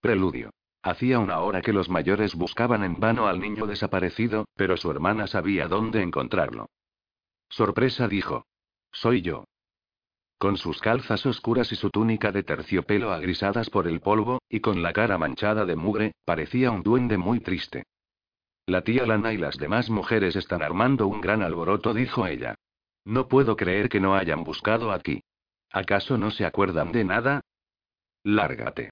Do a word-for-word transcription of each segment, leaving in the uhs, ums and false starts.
Preludio. Hacía una hora que los mayores buscaban en vano al niño desaparecido, pero su hermana sabía dónde encontrarlo. Sorpresa, dijo. Soy yo. Con sus calzas oscuras y su túnica de terciopelo agrisadas por el polvo, y con la cara manchada de mugre, parecía un duende muy triste. La tía Lana y las demás mujeres están armando un gran alboroto, dijo ella. No puedo creer que no hayan buscado aquí. ¿Acaso no se acuerdan de nada? Lárgate.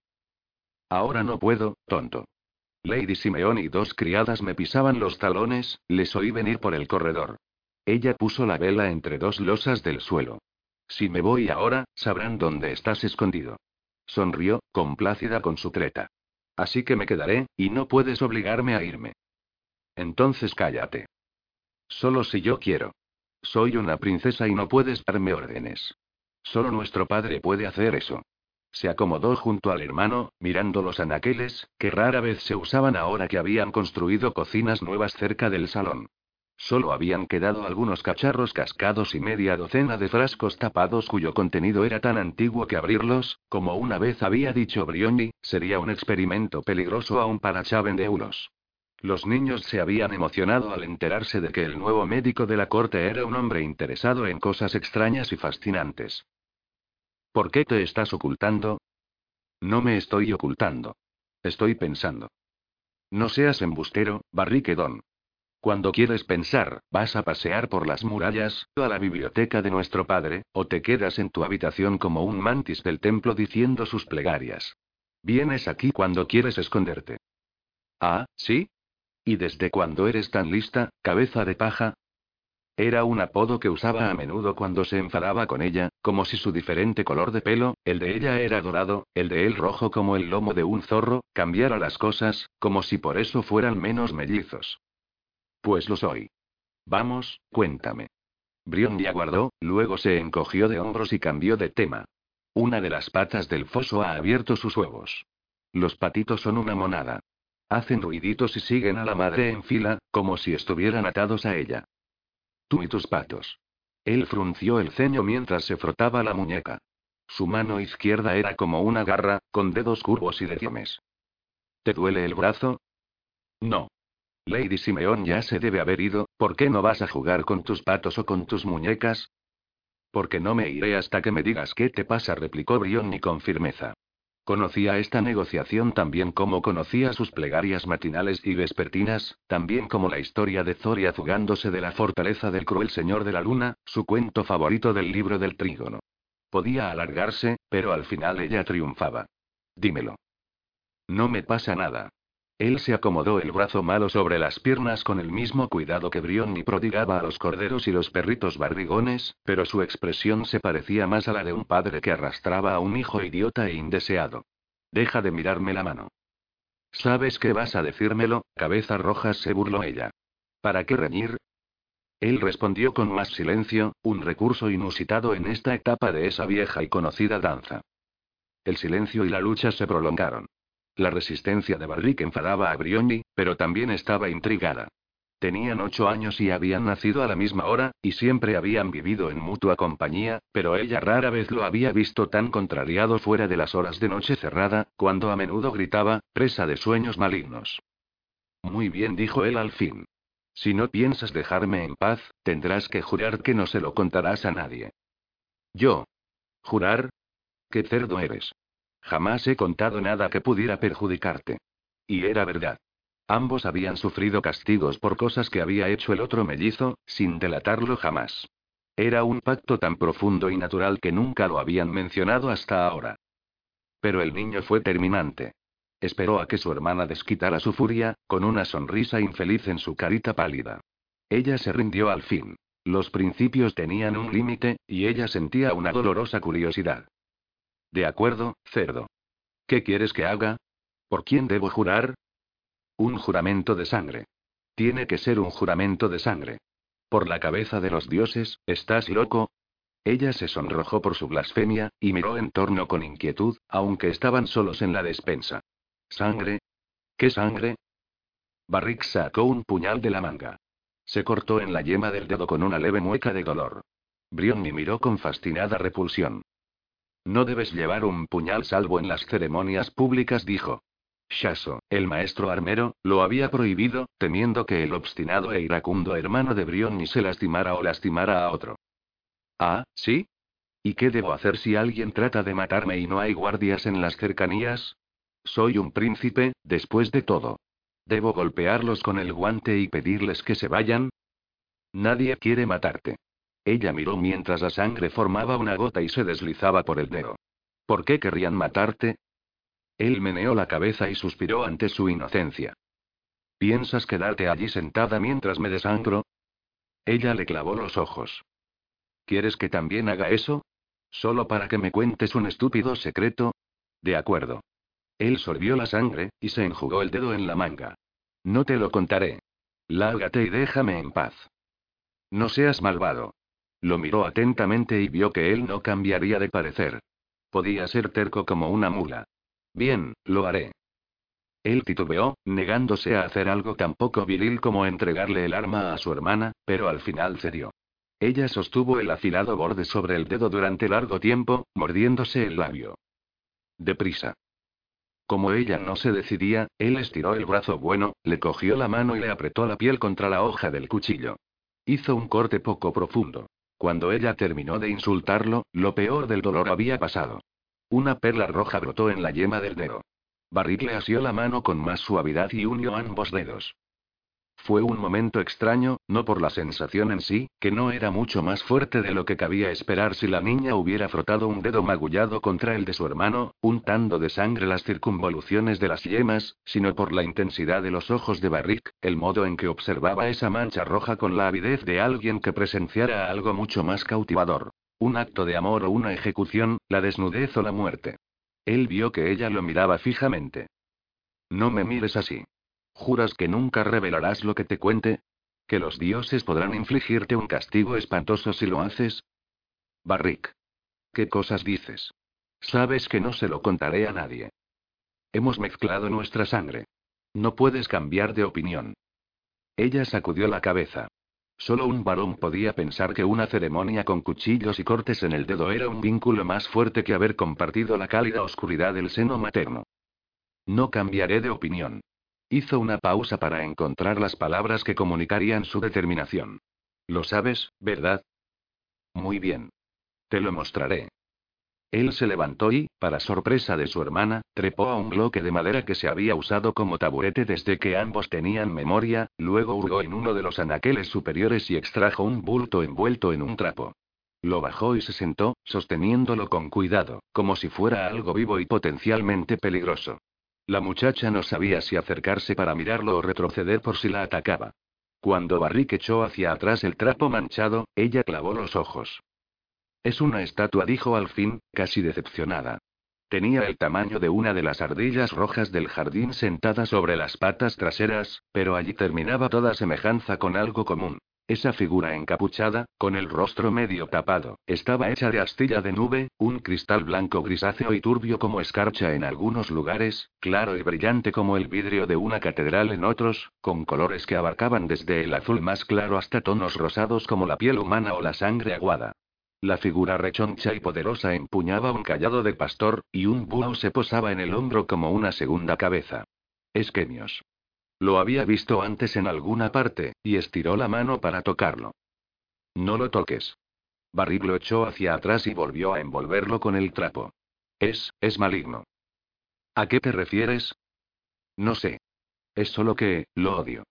Ahora no puedo, tonto. Lady Simeón y dos criadas me pisaban los talones, les oí venir por el corredor. Ella puso la vela entre dos losas del suelo. Si me voy ahora, sabrán dónde estás escondido. Sonrió, complácida con su treta. Así que me quedaré, y no puedes obligarme a irme. Entonces cállate. Solo si yo quiero. Soy una princesa y no puedes darme órdenes. Solo nuestro padre puede hacer eso. Se acomodó junto al hermano, mirando los anaqueles, que rara vez se usaban ahora que habían construido cocinas nuevas cerca del salón. Solo habían quedado algunos cacharros cascados y media docena de frascos tapados cuyo contenido era tan antiguo que abrirlos, como una vez había dicho Brioni, sería un experimento peligroso aún para Chavendeulos. Los niños se habían emocionado al enterarse de que el nuevo médico de la corte era un hombre interesado en cosas extrañas y fascinantes. ¿Por qué te estás ocultando? No me estoy ocultando. Estoy pensando. No seas embustero, Barriquedón. Cuando quieres pensar, vas a pasear por las murallas, a la biblioteca de nuestro padre, o te quedas en tu habitación como un mantis del templo diciendo sus plegarias. Vienes aquí cuando quieres esconderte. Ah, ¿sí? ¿Y desde cuándo eres tan lista, cabeza de paja? Era un apodo que usaba a menudo cuando se enfadaba con ella, como si su diferente color de pelo, el de ella era dorado, el de él rojo como el lomo de un zorro, cambiara las cosas, como si por eso fueran menos mellizos. Pues lo soy. Vamos, cuéntame. Brion ya aguardó, luego se encogió de hombros y cambió de tema. Una de las patas del foso ha abierto sus huevos. Los patitos son una monada. Hacen ruiditos y siguen a la madre en fila, como si estuvieran atados a ella. Tú y tus patos. Él frunció el ceño mientras se frotaba la muñeca. Su mano izquierda era como una garra, con dedos curvos y deformes. ¿Te duele el brazo? No. Lady Simeón ya se debe haber ido, ¿por qué no vas a jugar con tus patos o con tus muñecas? Porque no me iré hasta que me digas qué te pasa, replicó Brionni con firmeza. Conocía esta negociación tan bien como conocía sus plegarias matinales y vespertinas, tan bien como la historia de Zoria fugándose de la fortaleza del cruel señor de la luna, su cuento favorito del libro del trígono. Podía alargarse, pero al final ella triunfaba. Dímelo. No me pasa nada. Él se acomodó el brazo malo sobre las piernas con el mismo cuidado que Brionni prodigaba a los corderos y los perritos barrigones, pero su expresión se parecía más a la de un padre que arrastraba a un hijo idiota e indeseado. Deja de mirarme la mano. ¿Sabes qué vas a decírmelo, cabeza roja?, se burló ella. ¿Para qué reñir? Él respondió con más silencio, un recurso inusitado en esta etapa de esa vieja y conocida danza. El silencio y la lucha se prolongaron. La resistencia de Barrick enfadaba a Brionni, pero también estaba intrigada. Tenían ocho años y habían nacido a la misma hora, y siempre habían vivido en mutua compañía, pero ella rara vez lo había visto tan contrariado fuera de las horas de noche cerrada, cuando a menudo gritaba, presa de sueños malignos. Muy bien, dijo él al fin. Si no piensas dejarme en paz, tendrás que jurar que no se lo contarás a nadie. ¿Yo? ¿Jurar? ¿Qué cerdo eres? Jamás he contado nada que pudiera perjudicarte. Y era verdad. Ambos habían sufrido castigos por cosas que había hecho el otro mellizo, sin delatarlo jamás. Era un pacto tan profundo y natural que nunca lo habían mencionado hasta ahora. Pero el niño fue terminante. Esperó a que su hermana desquitara su furia, con una sonrisa infeliz en su carita pálida. Ella se rindió al fin. Los principios tenían un límite, y ella sentía una dolorosa curiosidad. De acuerdo, cerdo. ¿Qué quieres que haga? ¿Por quién debo jurar? Un juramento de sangre. Tiene que ser un juramento de sangre. ¿Por la cabeza de los dioses, estás loco? Ella se sonrojó por su blasfemia, y miró en torno con inquietud, aunque estaban solos en la despensa. ¿Sangre? ¿Qué sangre? Barrick sacó un puñal de la manga. Se cortó en la yema del dedo con una leve mueca de dolor. Brionni miró con fascinada repulsión. No debes llevar un puñal salvo en las ceremonias públicas, dijo. Shaso, el maestro armero, lo había prohibido, temiendo que el obstinado e iracundo hermano de Brionni se lastimara o lastimara a otro. Ah, ¿sí? ¿Y qué debo hacer si alguien trata de matarme y no hay guardias en las cercanías? Soy un príncipe, después de todo. ¿Debo golpearlos con el guante y pedirles que se vayan? Nadie quiere matarte. Ella miró mientras la sangre formaba una gota y se deslizaba por el dedo. ¿Por qué querrían matarte? Él meneó la cabeza y suspiró ante su inocencia. ¿Piensas quedarte allí sentada mientras me desangro? Ella le clavó los ojos. ¿Quieres que también haga eso? ¿Solo para que me cuentes un estúpido secreto? De acuerdo. Él sorbió la sangre, y se enjugó el dedo en la manga. No te lo contaré. Lárgate y déjame en paz. No seas malvado. Lo miró atentamente y vio que él no cambiaría de parecer. Podía ser terco como una mula. Bien, lo haré. Él titubeó, negándose a hacer algo tan poco viril como entregarle el arma a su hermana, pero al final cedió. Ella sostuvo el afilado borde sobre el dedo durante largo tiempo, mordiéndose el labio. Deprisa. Como ella no se decidía, él estiró el brazo bueno, le cogió la mano y le apretó la piel contra la hoja del cuchillo. Hizo un corte poco profundo. Cuando ella terminó de insultarlo, lo peor del dolor había pasado. Una perla roja brotó en la yema del dedo. Barrick le asió la mano con más suavidad y unió ambos dedos. Fue un momento extraño, no por la sensación en sí, que no era mucho más fuerte de lo que cabía esperar si la niña hubiera frotado un dedo magullado contra el de su hermano, untando de sangre las circunvoluciones de las yemas, sino por la intensidad de los ojos de Barrick, el modo en que observaba esa mancha roja con la avidez de alguien que presenciara algo mucho más cautivador. Un acto de amor o una ejecución, la desnudez o la muerte. Él vio que ella lo miraba fijamente. No me mires así. ¿Juras que nunca revelarás lo que te cuente? ¿Que los dioses podrán infligirte un castigo espantoso si lo haces? Barrick. ¿Qué cosas dices? Sabes que no se lo contaré a nadie. Hemos mezclado nuestra sangre. No puedes cambiar de opinión. Ella sacudió la cabeza. Solo un varón podía pensar que una ceremonia con cuchillos y cortes en el dedo era un vínculo más fuerte que haber compartido la cálida oscuridad del seno materno. No cambiaré de opinión. Hizo una pausa para encontrar las palabras que comunicarían su determinación. Lo sabes, ¿verdad? Muy bien. Te lo mostraré. Él se levantó y, para sorpresa de su hermana, trepó a un bloque de madera que se había usado como taburete desde que ambos tenían memoria, luego hurgó en uno de los anaqueles superiores y extrajo un bulto envuelto en un trapo. Lo bajó y se sentó, sosteniéndolo con cuidado, como si fuera algo vivo y potencialmente peligroso. La muchacha no sabía si acercarse para mirarlo o retroceder por si la atacaba. Cuando Barrick echó hacia atrás el trapo manchado, ella clavó los ojos. Es una estatua, dijo al fin, casi decepcionada. Tenía el tamaño de una de las ardillas rojas del jardín sentada sobre las patas traseras, pero allí terminaba toda semejanza con algo común. Esa figura encapuchada, con el rostro medio tapado, estaba hecha de astilla de nube, un cristal blanco grisáceo y turbio como escarcha en algunos lugares, claro y brillante como el vidrio de una catedral en otros, con colores que abarcaban desde el azul más claro hasta tonos rosados como la piel humana o la sangre aguada. La figura rechoncha y poderosa empuñaba un cayado de pastor, y un búho se posaba en el hombro como una segunda cabeza. Esquemios. Lo había visto antes en alguna parte, y estiró la mano para tocarlo. No lo toques. Barrick lo echó hacia atrás y volvió a envolverlo con el trapo. Es, es maligno. ¿A qué te refieres? No sé. Es solo que, lo odio.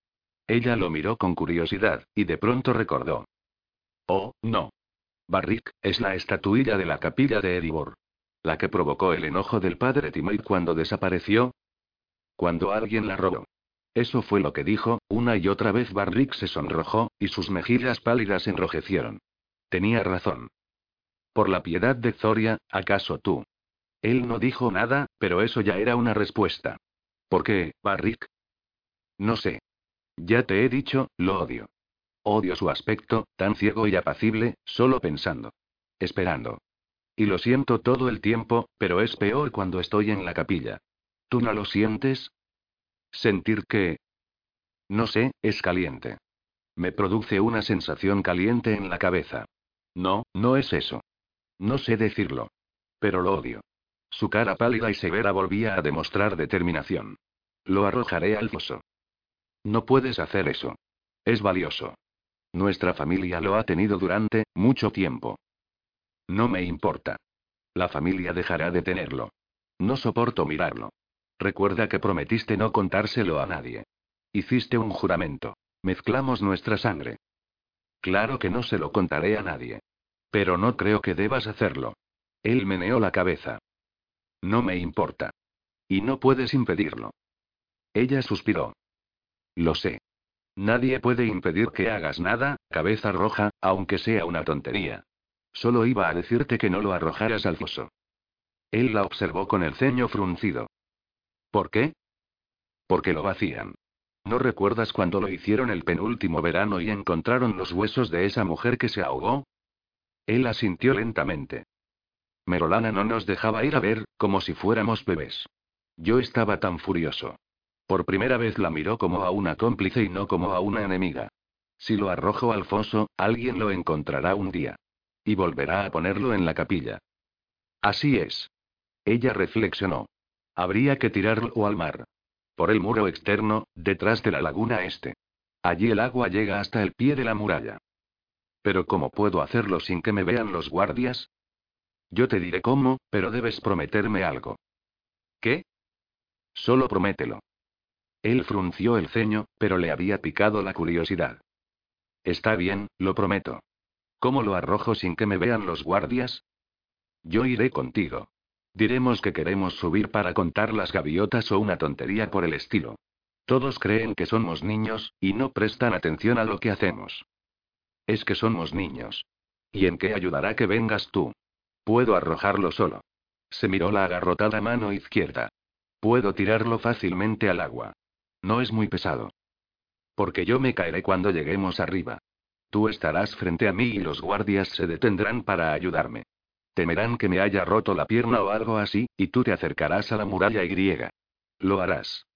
Ella lo miró con curiosidad, y de pronto recordó. Oh, no. Barrick, es la estatuilla de la capilla de Erebor. La que provocó el enojo del padre Timoid cuando desapareció. Cuando alguien la robó. Eso fue lo que dijo, una y otra vez. Barrick se sonrojó, y sus mejillas pálidas enrojecieron. Tenía razón. Por la piedad de Zoria, ¿acaso tú? Él no dijo nada, pero eso ya era una respuesta. ¿Por qué, Barrick? No sé. Ya te he dicho, lo odio. Odio su aspecto, tan ciego y apacible, solo pensando. Esperando. Y lo siento todo el tiempo, pero es peor cuando estoy en la capilla. ¿Tú no lo sientes? Sentir que... No sé, es caliente. Me produce una sensación caliente en la cabeza. No, no es eso. No sé decirlo. Pero lo odio. Su cara pálida y severa volvía a demostrar determinación. Lo arrojaré al foso. No puedes hacer eso. Es valioso. Nuestra familia lo ha tenido durante mucho tiempo. No me importa. La familia dejará de tenerlo. No soporto mirarlo. Recuerda que prometiste no contárselo a nadie. Hiciste un juramento. Mezclamos nuestra sangre. Claro que no se lo contaré a nadie. Pero no creo que debas hacerlo. Él meneó la cabeza. No me importa. Y no puedes impedirlo. Ella suspiró. Lo sé. Nadie puede impedir que hagas nada, cabeza roja, aunque sea una tontería. Solo iba a decirte que no lo arrojaras al foso. Él la observó con el ceño fruncido. ¿Por qué? Porque lo vacían. ¿No recuerdas cuando lo hicieron el penúltimo verano y encontraron los huesos de esa mujer que se ahogó? Él asintió lentamente. Merolana no nos dejaba ir a ver, como si fuéramos bebés. Yo estaba tan furioso. Por primera vez la miró como a una cómplice y no como a una enemiga. Si lo arrojo al foso, alguien lo encontrará un día. Y volverá a ponerlo en la capilla. Así es. Ella reflexionó. Habría que tirarlo al mar. Por el muro externo, detrás de la laguna este. Allí el agua llega hasta el pie de la muralla. ¿Pero cómo puedo hacerlo sin que me vean los guardias? Yo te diré cómo, pero debes prometerme algo. ¿Qué? Solo promételo. Él frunció el ceño, pero le había picado la curiosidad. Está bien, lo prometo. ¿Cómo lo arrojo sin que me vean los guardias? Yo iré contigo. Diremos que queremos subir para contar las gaviotas o una tontería por el estilo. Todos creen que somos niños, y no prestan atención a lo que hacemos. Es que somos niños. ¿Y en qué ayudará que vengas tú? Puedo arrojarlo solo. Se miró la agarrotada mano izquierda. Puedo tirarlo fácilmente al agua. No es muy pesado. Porque yo me caeré cuando lleguemos arriba. Tú estarás frente a mí y los guardias se detendrán para ayudarme. Temerán que me haya roto la pierna o algo así, y tú te acercarás a la muralla y griega. Lo harás.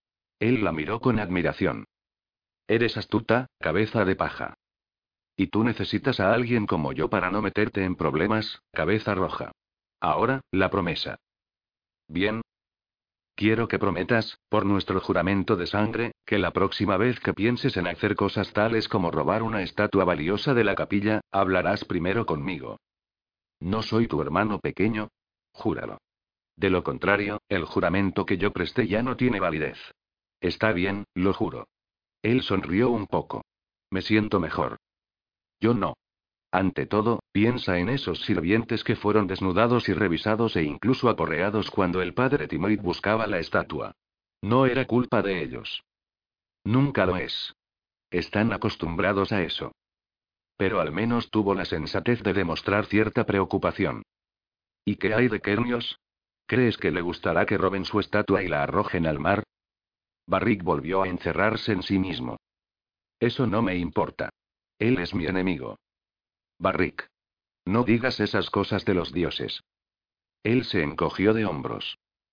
Él la miró con admiración. Eres astuta, cabeza de paja. Y tú necesitas a alguien como yo para no meterte en problemas, cabeza roja. Ahora, la promesa. Bien. Quiero que prometas, por nuestro juramento de sangre, que la próxima vez que pienses en hacer cosas tales como robar una estatua valiosa de la capilla, hablarás primero conmigo. ¿No soy tu hermano pequeño? Júralo. De lo contrario, el juramento que yo presté ya no tiene validez. Está bien, lo juro. Él sonrió un poco. Me siento mejor. Yo no. Ante todo, piensa en esos sirvientes que fueron desnudados y revisados e incluso aporreados cuando el padre Timoid buscaba la estatua. No era culpa de ellos. Nunca lo es. Están acostumbrados a eso. Pero al menos tuvo la sensatez de demostrar cierta preocupación. ¿Y qué hay de Kernios? ¿Crees que le gustará que roben su estatua y la arrojen al mar? Barrick volvió a encerrarse en sí mismo. Eso no me importa. Él es mi enemigo. Barrick. No digas esas cosas de los dioses. Él se encogió de hombros.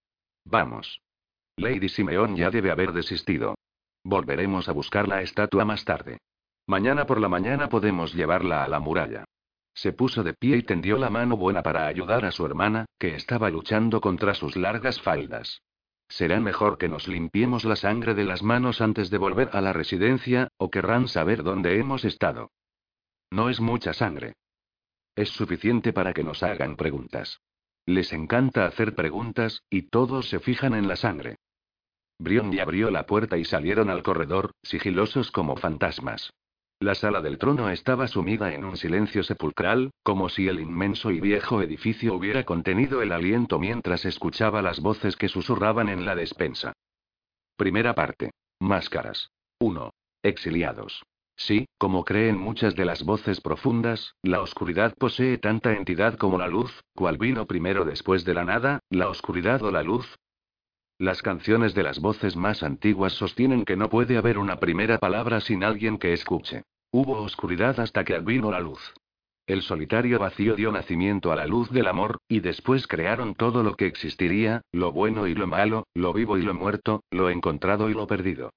Vamos. Lady Simeón ya debe haber desistido. Volveremos a buscar la estatua más tarde. Mañana por la mañana podemos llevarla a la muralla. Se puso de pie y tendió la mano buena para ayudar a su hermana, que estaba luchando contra sus largas faldas. Será mejor que nos limpiemos la sangre de las manos antes de volver a la residencia, o querrán saber dónde hemos estado. No es mucha sangre. Es suficiente para que nos hagan preguntas. Les encanta hacer preguntas, y todos se fijan en la sangre. Brionni abrió la puerta y salieron al corredor, sigilosos como fantasmas. La sala del trono estaba sumida en un silencio sepulcral, como si el inmenso y viejo edificio hubiera contenido el aliento mientras escuchaba las voces que susurraban en la despensa. Primera parte. Máscaras. uno. Exiliados. Sí, como creen muchas de las voces profundas, la oscuridad posee tanta entidad como la luz, ¿cuál vino primero después de la nada, la oscuridad o la luz? Las canciones de las voces más antiguas sostienen que no puede haber una primera palabra sin alguien que escuche. Hubo oscuridad hasta que vino la luz. El solitario vacío dio nacimiento a la luz del amor, y después crearon todo lo que existiría, lo bueno y lo malo, lo vivo y lo muerto, lo encontrado y lo perdido.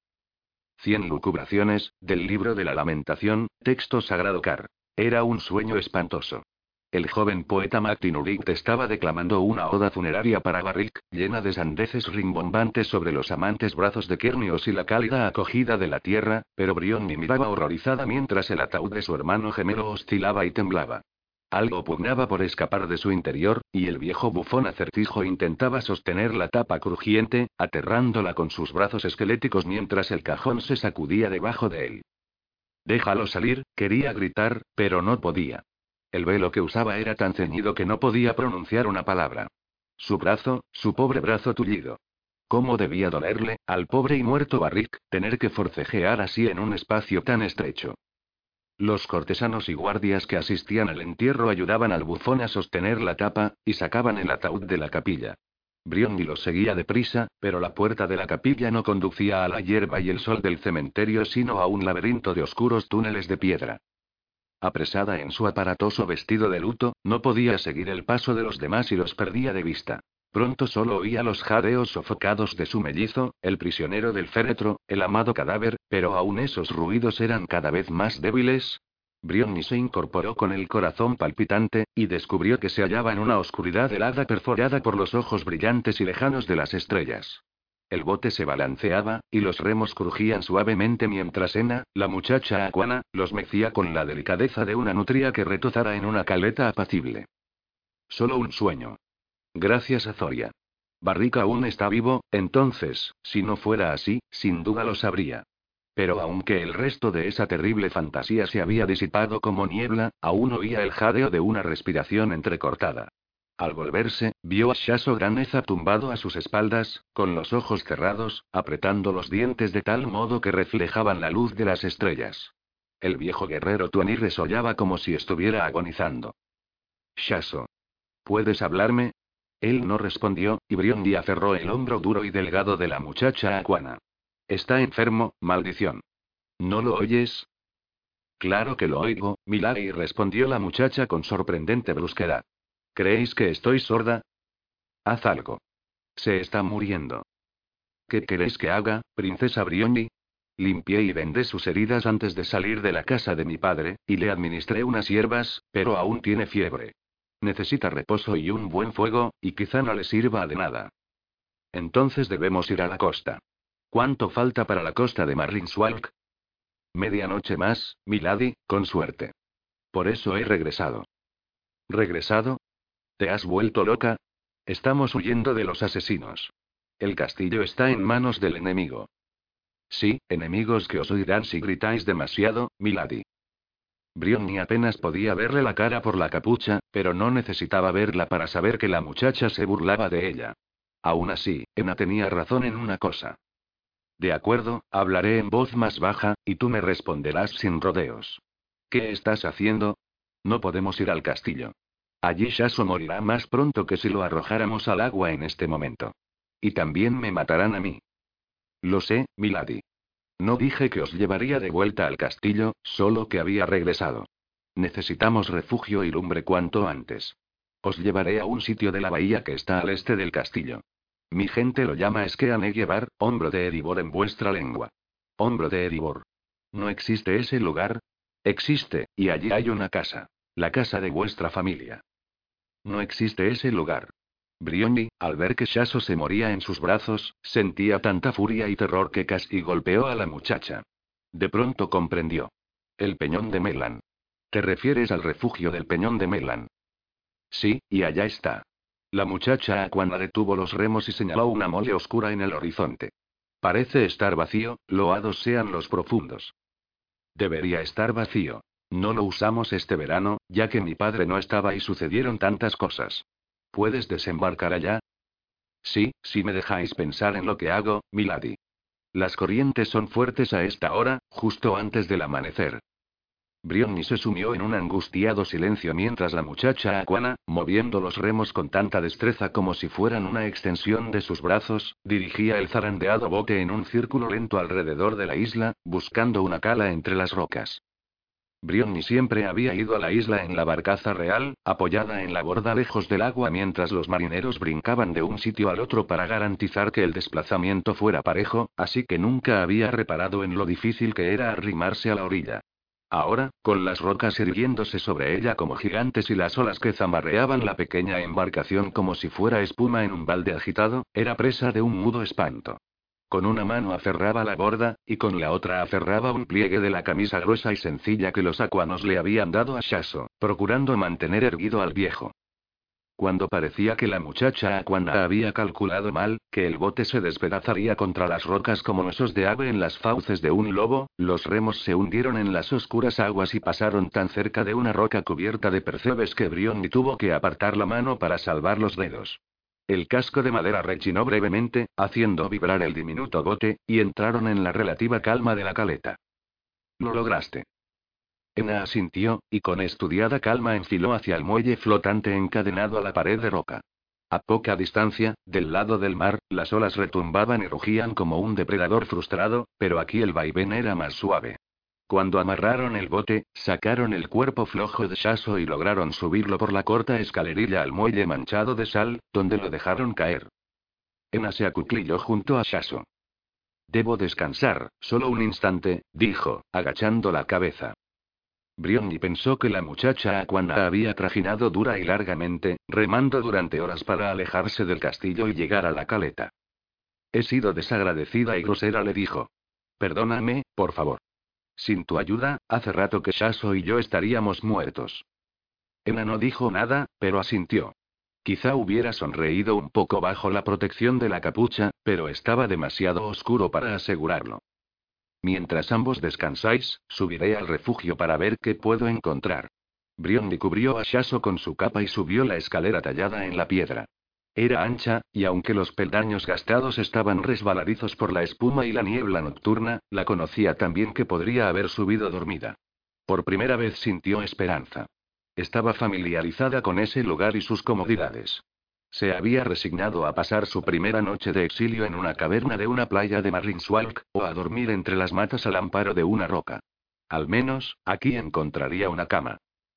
Cien lucubraciones, del libro de la Lamentación, texto sagrado Car. Era un sueño espantoso. El joven poeta Mactinurit estaba declamando una oda funeraria para Barrick, llena de sandeces rimbombantes sobre los amantes brazos de Kernios y la cálida acogida de la tierra, pero Brionni miraba horrorizada mientras el ataúd de su hermano gemelo oscilaba y temblaba. Algo pugnaba por escapar de su interior, y el viejo bufón acertijo intentaba sostener la tapa crujiente, aterrándola con sus brazos esqueléticos mientras el cajón se sacudía debajo de él. Déjalo salir, quería gritar, pero no podía. El velo que usaba era tan ceñido que no podía pronunciar una palabra. Su brazo, su pobre brazo tullido. ¿Cómo debía dolerle, al pobre y muerto Barrick, tener que forcejear así en un espacio tan estrecho? Los cortesanos y guardias que asistían al entierro ayudaban al bufón a sostener la tapa, y sacaban el ataúd de la capilla. Brionni los seguía deprisa, pero la puerta de la capilla no conducía a la hierba y el sol del cementerio sino a un laberinto de oscuros túneles de piedra. Apresada en su aparatoso vestido de luto, no podía seguir el paso de los demás y los perdía de vista. Pronto solo oía los jadeos sofocados de su mellizo, el prisionero del féretro, el amado cadáver, pero aún esos ruidos eran cada vez más débiles. Brionni se incorporó con el corazón palpitante, y descubrió que se hallaba en una oscuridad helada perforada por los ojos brillantes y lejanos de las estrellas. El bote se balanceaba, y los remos crujían suavemente mientras Ena, la muchacha Aquana, los mecía con la delicadeza de una nutria que retozara en una caleta apacible. Solo un sueño. Gracias a Zoria. Barrick aún está vivo, entonces, si no fuera así, sin duda lo sabría. Pero aunque el resto de esa terrible fantasía se había disipado como niebla, aún oía el jadeo de una respiración entrecortada. Al volverse, vio a Shaso Graneza tumbado a sus espaldas, con los ojos cerrados, apretando los dientes de tal modo que reflejaban la luz de las estrellas. El viejo guerrero Tuani resollaba como si estuviera agonizando. Shaso. ¿Puedes hablarme? Él no respondió, y Brionni aferró el hombro duro y delgado de la muchacha Aquana. Está enfermo, maldición. ¿No lo oyes? Claro que lo oigo, Milady, respondió la muchacha con sorprendente brusquedad. ¿Creéis que estoy sorda? Haz algo. Se está muriendo. ¿Qué queréis que haga, princesa Brionni? Limpié y vendé sus heridas antes de salir de la casa de mi padre, y le administré unas hierbas, pero aún tiene fiebre. Necesita reposo y un buen fuego, y quizá no le sirva de nada. Entonces debemos ir a la costa. ¿Cuánto falta para la costa de Marlinswalk? Medianoche más, Milady, con suerte. Por eso he regresado. ¿Regresado? ¿Te has vuelto loca? Estamos huyendo de los asesinos. El castillo está en manos del enemigo. Sí, enemigos que os oirán si gritáis demasiado, Milady. Brionni apenas podía verle la cara por la capucha, pero no necesitaba verla para saber que la muchacha se burlaba de ella. Aún así, Ena tenía razón en una cosa. De acuerdo, hablaré en voz más baja, y tú me responderás sin rodeos. ¿Qué estás haciendo? No podemos ir al castillo. Allí Shaso morirá más pronto que si lo arrojáramos al agua en este momento. Y también me matarán a mí. Lo sé, Milady. No dije que os llevaría de vuelta al castillo, solo que había regresado. Necesitamos refugio y lumbre cuanto antes. Os llevaré a un sitio de la bahía que está al este del castillo. Mi gente lo llama Skeanegevar, hombro de Erebor en vuestra lengua. Hombro de Erebor. ¿No existe ese lugar? Existe, y allí hay una casa. La casa de vuestra familia. No existe ese lugar. Brionni, al ver que Shaso se moría en sus brazos, sentía tanta furia y terror que casi golpeó a la muchacha. De pronto comprendió. El peñón de Melan. ¿Te refieres al refugio del peñón de Melan? Sí, y allá está. La muchacha Aquana detuvo los remos y señaló una mole oscura en el horizonte. Parece estar vacío, loados sean los profundos. Debería estar vacío. No lo usamos este verano, ya que mi padre no estaba y sucedieron tantas cosas. ¿Puedes desembarcar allá? Sí, si me dejáis pensar en lo que hago, Milady. Las corrientes son fuertes a esta hora, justo antes del amanecer. Brionni se sumió en un angustiado silencio mientras la muchacha Aquana, moviendo los remos con tanta destreza como si fueran una extensión de sus brazos, dirigía el zarandeado bote en un círculo lento alrededor de la isla, buscando una cala entre las rocas. Brionni siempre había ido a la isla en la barcaza real, apoyada en la borda lejos del agua mientras los marineros brincaban de un sitio al otro para garantizar que el desplazamiento fuera parejo, así que nunca había reparado en lo difícil que era arrimarse a la orilla. Ahora, con las rocas irguiéndose sobre ella como gigantes y las olas que zamarreaban la pequeña embarcación como si fuera espuma en un balde agitado, era presa de un mudo espanto. Con una mano aferraba la borda, y con la otra aferraba un pliegue de la camisa gruesa y sencilla que los acuanos le habían dado a Shaso, procurando mantener erguido al viejo. Cuando parecía que la muchacha acuana había calculado mal, que el bote se despedazaría contra las rocas como huesos de ave en las fauces de un lobo, los remos se hundieron en las oscuras aguas y pasaron tan cerca de una roca cubierta de percebes que Brionni tuvo que apartar la mano para salvar los dedos. El casco de madera rechinó brevemente, haciendo vibrar el diminuto bote, y entraron en la relativa calma de la caleta. Lo lograste. Ena asintió, y con estudiada calma enfiló hacia el muelle flotante encadenado a la pared de roca. A poca distancia, del lado del mar, las olas retumbaban y rugían como un depredador frustrado, pero aquí el vaivén era más suave. Cuando amarraron el bote, sacaron el cuerpo flojo de Shaso y lograron subirlo por la corta escalerilla al muelle manchado de sal, donde lo dejaron caer. Ena se acuclilló junto a Shaso. Debo descansar, solo un instante, dijo, agachando la cabeza. Brionni pensó que la muchacha acuana había trajinado dura y largamente, remando durante horas para alejarse del castillo y llegar a la caleta. He sido desagradecida y grosera, le dijo. Perdóname, por favor. Sin tu ayuda, hace rato que Shaso y yo estaríamos muertos. Ena no dijo nada, pero asintió. Quizá hubiera sonreído un poco bajo la protección de la capucha, pero estaba demasiado oscuro para asegurarlo. Mientras ambos descansáis, subiré al refugio para ver qué puedo encontrar. Brionni cubrió a Shaso con su capa y subió la escalera tallada en la piedra. Era ancha, y aunque los peldaños gastados estaban resbaladizos por la espuma y la niebla nocturna, la conocía tan bien que podría haber subido dormida. Por primera vez sintió esperanza. Estaba familiarizada con ese lugar y sus comodidades. Se había resignado a pasar su primera noche de exilio en una caverna de una playa de Marlinswalk, o a dormir entre las matas al amparo de una roca. Al menos, aquí encontraría una cama.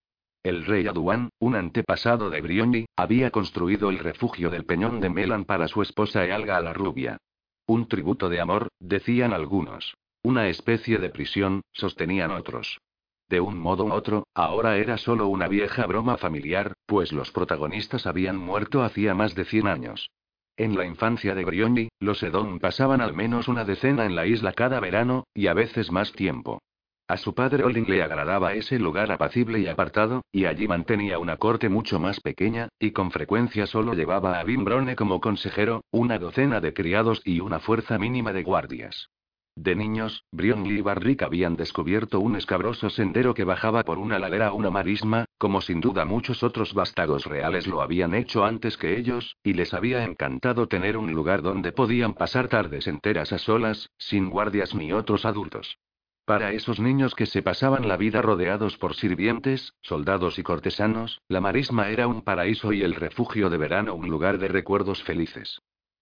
El rey Aduan, un antepasado de Brionni, había construido el refugio del Peñón de Melan para su esposa Ealga la rubia. Un tributo de amor, decían algunos. Una especie de prisión, sostenían otros. De un modo u otro, ahora era solo una vieja broma familiar, pues los protagonistas habían muerto hacía más de cien años. En la infancia de Brionni, los Edom pasaban al menos una decena en la isla cada verano, y a veces más tiempo. A su padre Olin le agradaba ese lugar apacible y apartado, y allí mantenía una corte mucho más pequeña, y con frecuencia solo llevaba a Bimbrone como consejero, una docena de criados y una fuerza mínima de guardias. De niños, Brionni y Barrick habían descubierto un escabroso sendero que bajaba por una ladera a una marisma, como sin duda muchos otros vástagos reales lo habían hecho antes que ellos, y les había encantado tener un lugar donde podían pasar tardes enteras a solas, sin guardias ni otros adultos. Para esos niños que se pasaban la vida rodeados por sirvientes, soldados y cortesanos, la marisma era un paraíso y el refugio de verano un lugar de recuerdos felices.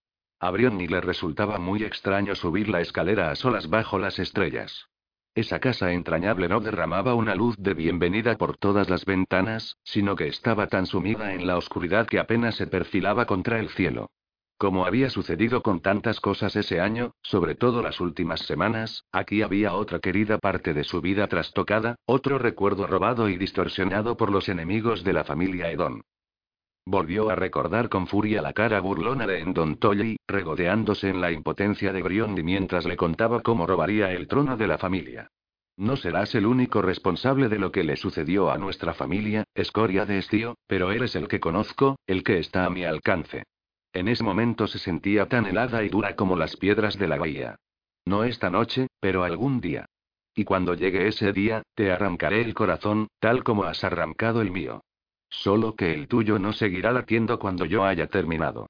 A Brionni le resultaba muy extraño subir la escalera a solas bajo las estrellas. Esa casa entrañable no derramaba una luz de bienvenida por todas las ventanas, sino que estaba tan sumida en la oscuridad que apenas se perfilaba contra el cielo. Como había sucedido con tantas cosas ese año, sobre todo las últimas semanas, aquí había otra querida parte de su vida trastocada, otro recuerdo robado y distorsionado por los enemigos de la familia Edom. Volvió a recordar con furia la cara burlona de Endon Tolly, regodeándose en la impotencia de Brionni mientras le contaba cómo robaría el trono de la familia. No serás el único responsable de lo que le sucedió a nuestra familia, escoria de estío, pero eres el que conozco, el que está a mi alcance. En ese momento se sentía tan helada y dura como las piedras de la bahía. No esta noche, pero algún día. Y cuando llegue ese día, te arrancaré el corazón, tal como has arrancado el mío. Solo que el tuyo no seguirá latiendo cuando yo haya terminado.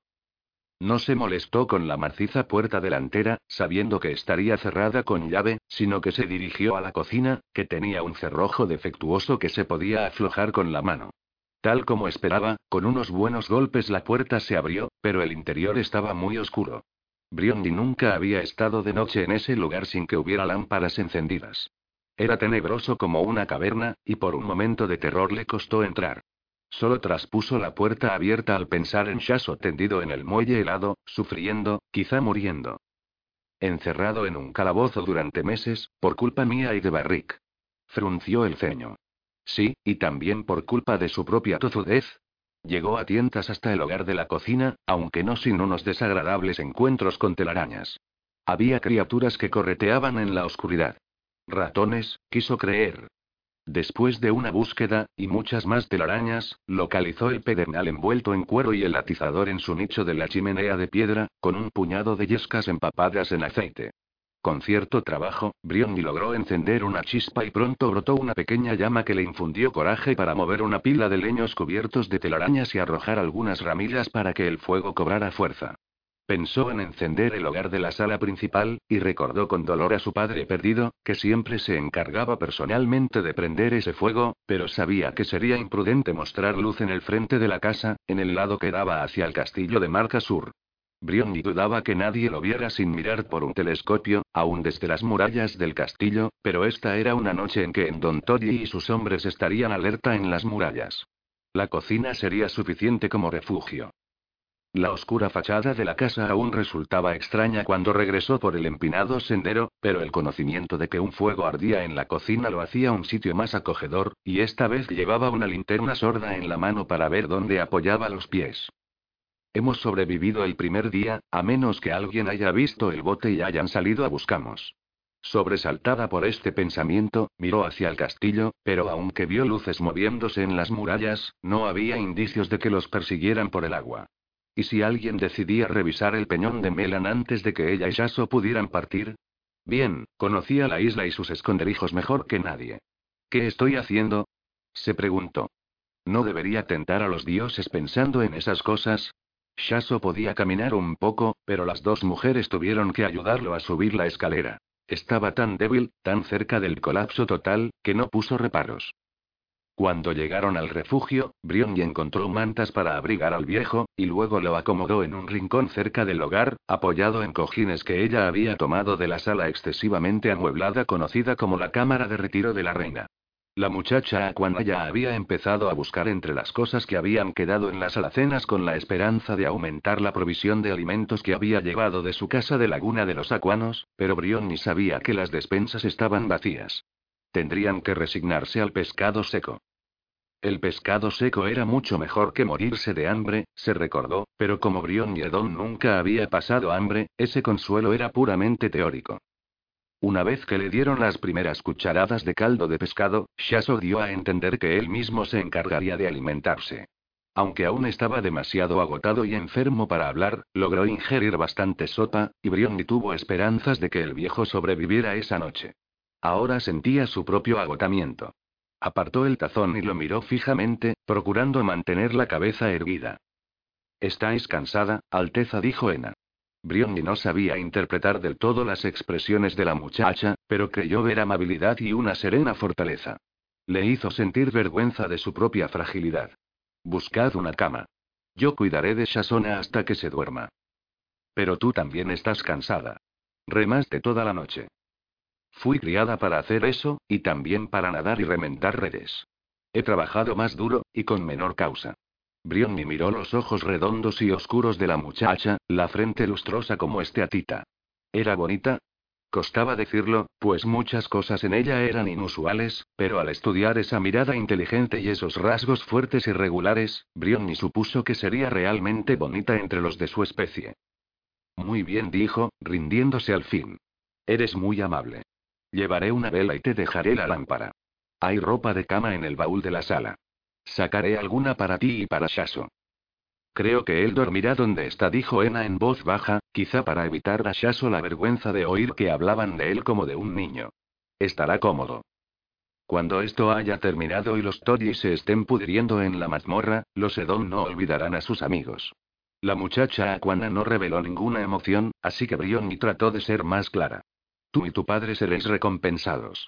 No se molestó con la maciza puerta delantera, sabiendo que estaría cerrada con llave, sino que se dirigió a la cocina, que tenía un cerrojo defectuoso que se podía aflojar con la mano. Tal como esperaba, con unos buenos golpes la puerta se abrió, pero el interior estaba muy oscuro. Brionni nunca había estado de noche en ese lugar sin que hubiera lámparas encendidas. Era tenebroso como una caverna, y por un momento de terror le costó entrar. Solo traspuso la puerta abierta al pensar en Shaso tendido en el muelle helado, sufriendo, quizá muriendo. Encerrado en un calabozo durante meses, por culpa mía y de Barrick. Frunció el ceño. Sí, y también por culpa de su propia tozudez. Llegó a tientas hasta el hogar de la cocina, aunque no sin unos desagradables encuentros con telarañas. Había criaturas que correteaban en la oscuridad. Ratones, quiso creer. Después de una búsqueda, y muchas más telarañas, localizó el pedernal envuelto en cuero y el atizador en su nicho de la chimenea de piedra, con un puñado de yescas empapadas en aceite. Con cierto trabajo, Briony logró encender una chispa y pronto brotó una pequeña llama que le infundió coraje para mover una pila de leños cubiertos de telarañas y arrojar algunas ramillas para que el fuego cobrara fuerza. Pensó en encender el hogar de la sala principal, y recordó con dolor a su padre perdido, que siempre se encargaba personalmente de prender ese fuego, pero sabía que sería imprudente mostrar luz en el frente de la casa, en el lado que daba hacia el castillo de Marca Sur. Briony dudaba que nadie lo viera sin mirar por un telescopio, aún desde las murallas del castillo, pero esta era una noche en que Don Toddy y sus hombres estarían alerta en las murallas. La cocina sería suficiente como refugio. La oscura fachada de la casa aún resultaba extraña cuando regresó por el empinado sendero, pero el conocimiento de que un fuego ardía en la cocina lo hacía un sitio más acogedor, y esta vez llevaba una linterna sorda en la mano para ver dónde apoyaba los pies. Hemos sobrevivido el primer día, a menos que alguien haya visto el bote y hayan salido a buscamos. Sobresaltada por este pensamiento, miró hacia el castillo, pero aunque vio luces moviéndose en las murallas, no había indicios de que los persiguieran por el agua. ¿Y si alguien decidía revisar el peñón de Melan antes de que ella y Shaso pudieran partir? Bien, conocía la isla y sus esconderijos mejor que nadie. ¿Qué estoy haciendo?, se preguntó. ¿No debería tentar a los dioses pensando en esas cosas? Shaso podía caminar un poco, pero las dos mujeres tuvieron que ayudarlo a subir la escalera. Estaba tan débil, tan cerca del colapso total, que no puso reparos. Cuando llegaron al refugio, Briony encontró mantas para abrigar al viejo, y luego lo acomodó en un rincón cerca del hogar, apoyado en cojines que ella había tomado de la sala excesivamente amueblada conocida como la cámara de retiro de la reina. La muchacha Aquanaya había empezado a buscar entre las cosas que habían quedado en las alacenas con la esperanza de aumentar la provisión de alimentos que había llevado de su casa de Laguna de los Aquanos, pero Briony sabía que las despensas estaban vacías. Tendrían que resignarse al pescado seco. El pescado seco era mucho mejor que morirse de hambre, se recordó, pero como Briony Edon nunca había pasado hambre, ese consuelo era puramente teórico. Una vez que le dieron las primeras cucharadas de caldo de pescado, Shaso dio a entender que él mismo se encargaría de alimentarse. Aunque aún estaba demasiado agotado y enfermo para hablar, logró ingerir bastante sopa, y Briony tuvo esperanzas de que el viejo sobreviviera esa noche. Ahora sentía su propio agotamiento. Apartó el tazón y lo miró fijamente, procurando mantener la cabeza erguida. «¿Estáis cansada, Alteza?», dijo Ena. Briony no sabía interpretar del todo las expresiones de la muchacha, pero creyó ver amabilidad y una serena fortaleza. Le hizo sentir vergüenza de su propia fragilidad. «Buscad una cama. Yo cuidaré de Shasona hasta que se duerma». «Pero tú también estás cansada. Remaste toda la noche». «Fui criada para hacer eso, y también para nadar y remendar redes. He trabajado más duro, y con menor causa». Briony miró los ojos redondos y oscuros de la muchacha, la frente lustrosa como esteatita. ¿Era bonita? Costaba decirlo, pues muchas cosas en ella eran inusuales, pero al estudiar esa mirada inteligente y esos rasgos fuertes y regulares, Briony supuso que sería realmente bonita entre los de su especie. «Muy bien», dijo, rindiéndose al fin. «Eres muy amable. Llevaré una vela y te dejaré la lámpara. Hay ropa de cama en el baúl de la sala. Sacaré alguna para ti y para Shaso». «Creo que él dormirá donde está», dijo Ena en voz baja, quizá para evitar a Shaso la vergüenza de oír que hablaban de él como de un niño. «Estará cómodo». Cuando esto haya terminado y los Toddy se estén pudriendo en la mazmorra, los Edon no olvidarán a sus amigos. La muchacha Aquana no reveló ninguna emoción, así que Briony trató de ser más clara. «Tú y tu padre seréis recompensados».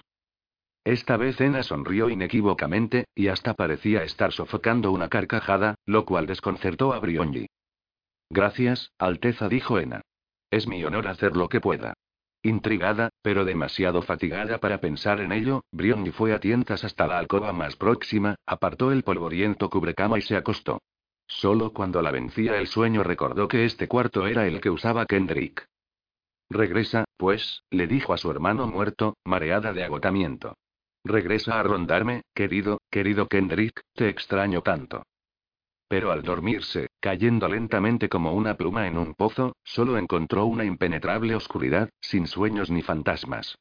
Esta vez Ena sonrió inequívocamente, y hasta parecía estar sofocando una carcajada, lo cual desconcertó a Briony. «Gracias, Alteza», dijo Ena. «Es mi honor hacer lo que pueda». Intrigada, pero demasiado fatigada para pensar en ello, Briony fue a tientas hasta la alcoba más próxima, apartó el polvoriento cubrecama y se acostó. Solo cuando la vencía el sueño recordó que este cuarto era el que usaba Kendrick. «Regresa, pues», le dijo a su hermano muerto, mareada de agotamiento. Regresa a rondarme, querido, querido Kendrick, te extraño tanto. Pero al dormirse, cayendo lentamente como una pluma en un pozo, solo encontró una impenetrable oscuridad, sin sueños ni fantasmas.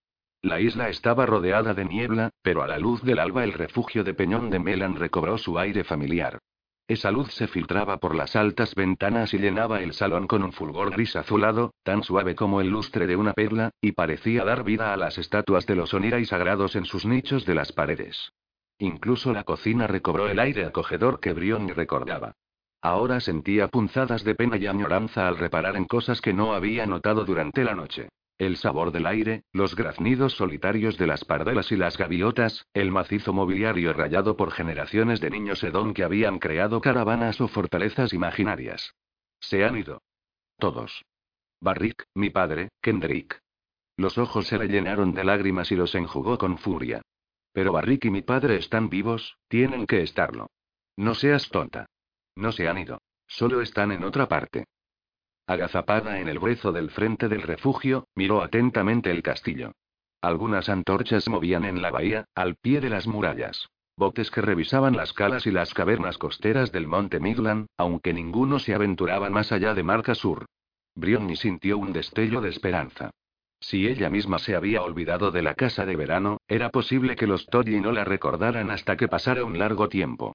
La isla estaba rodeada de niebla, pero a la luz del alba el refugio de Peñón de Melan recobró su aire familiar. Esa luz se filtraba por las altas ventanas y llenaba el salón con un fulgor gris azulado, tan suave como el lustre de una perla, y parecía dar vida a las estatuas de los Onirai sagrados en sus nichos de las paredes. Incluso la cocina recobró el aire acogedor que Briony recordaba. Ahora sentía punzadas de pena y añoranza al reparar en cosas que no había notado durante la noche. El sabor del aire, los graznidos solitarios de las pardelas y las gaviotas, el macizo mobiliario rayado por generaciones de niños Edón que habían creado caravanas o fortalezas imaginarias. Se han ido. Todos. Barrick, mi padre, Kendrick. Los ojos se le llenaron de lágrimas y los enjugó con furia. Pero Barrick y mi padre están vivos, tienen que estarlo. No seas tonta. No se han ido. Solo están en otra parte. Agazapada en el brezo del frente del refugio, miró atentamente el castillo. Algunas antorchas se movían en la bahía, al pie de las murallas. Botes que revisaban las calas y las cavernas costeras del monte Midland, aunque ninguno se aventuraba más allá de Marca Sur. Briony sintió un destello de esperanza. Si ella misma se había olvidado de la casa de verano, era posible que los Tolly no la recordaran hasta que pasara un largo tiempo.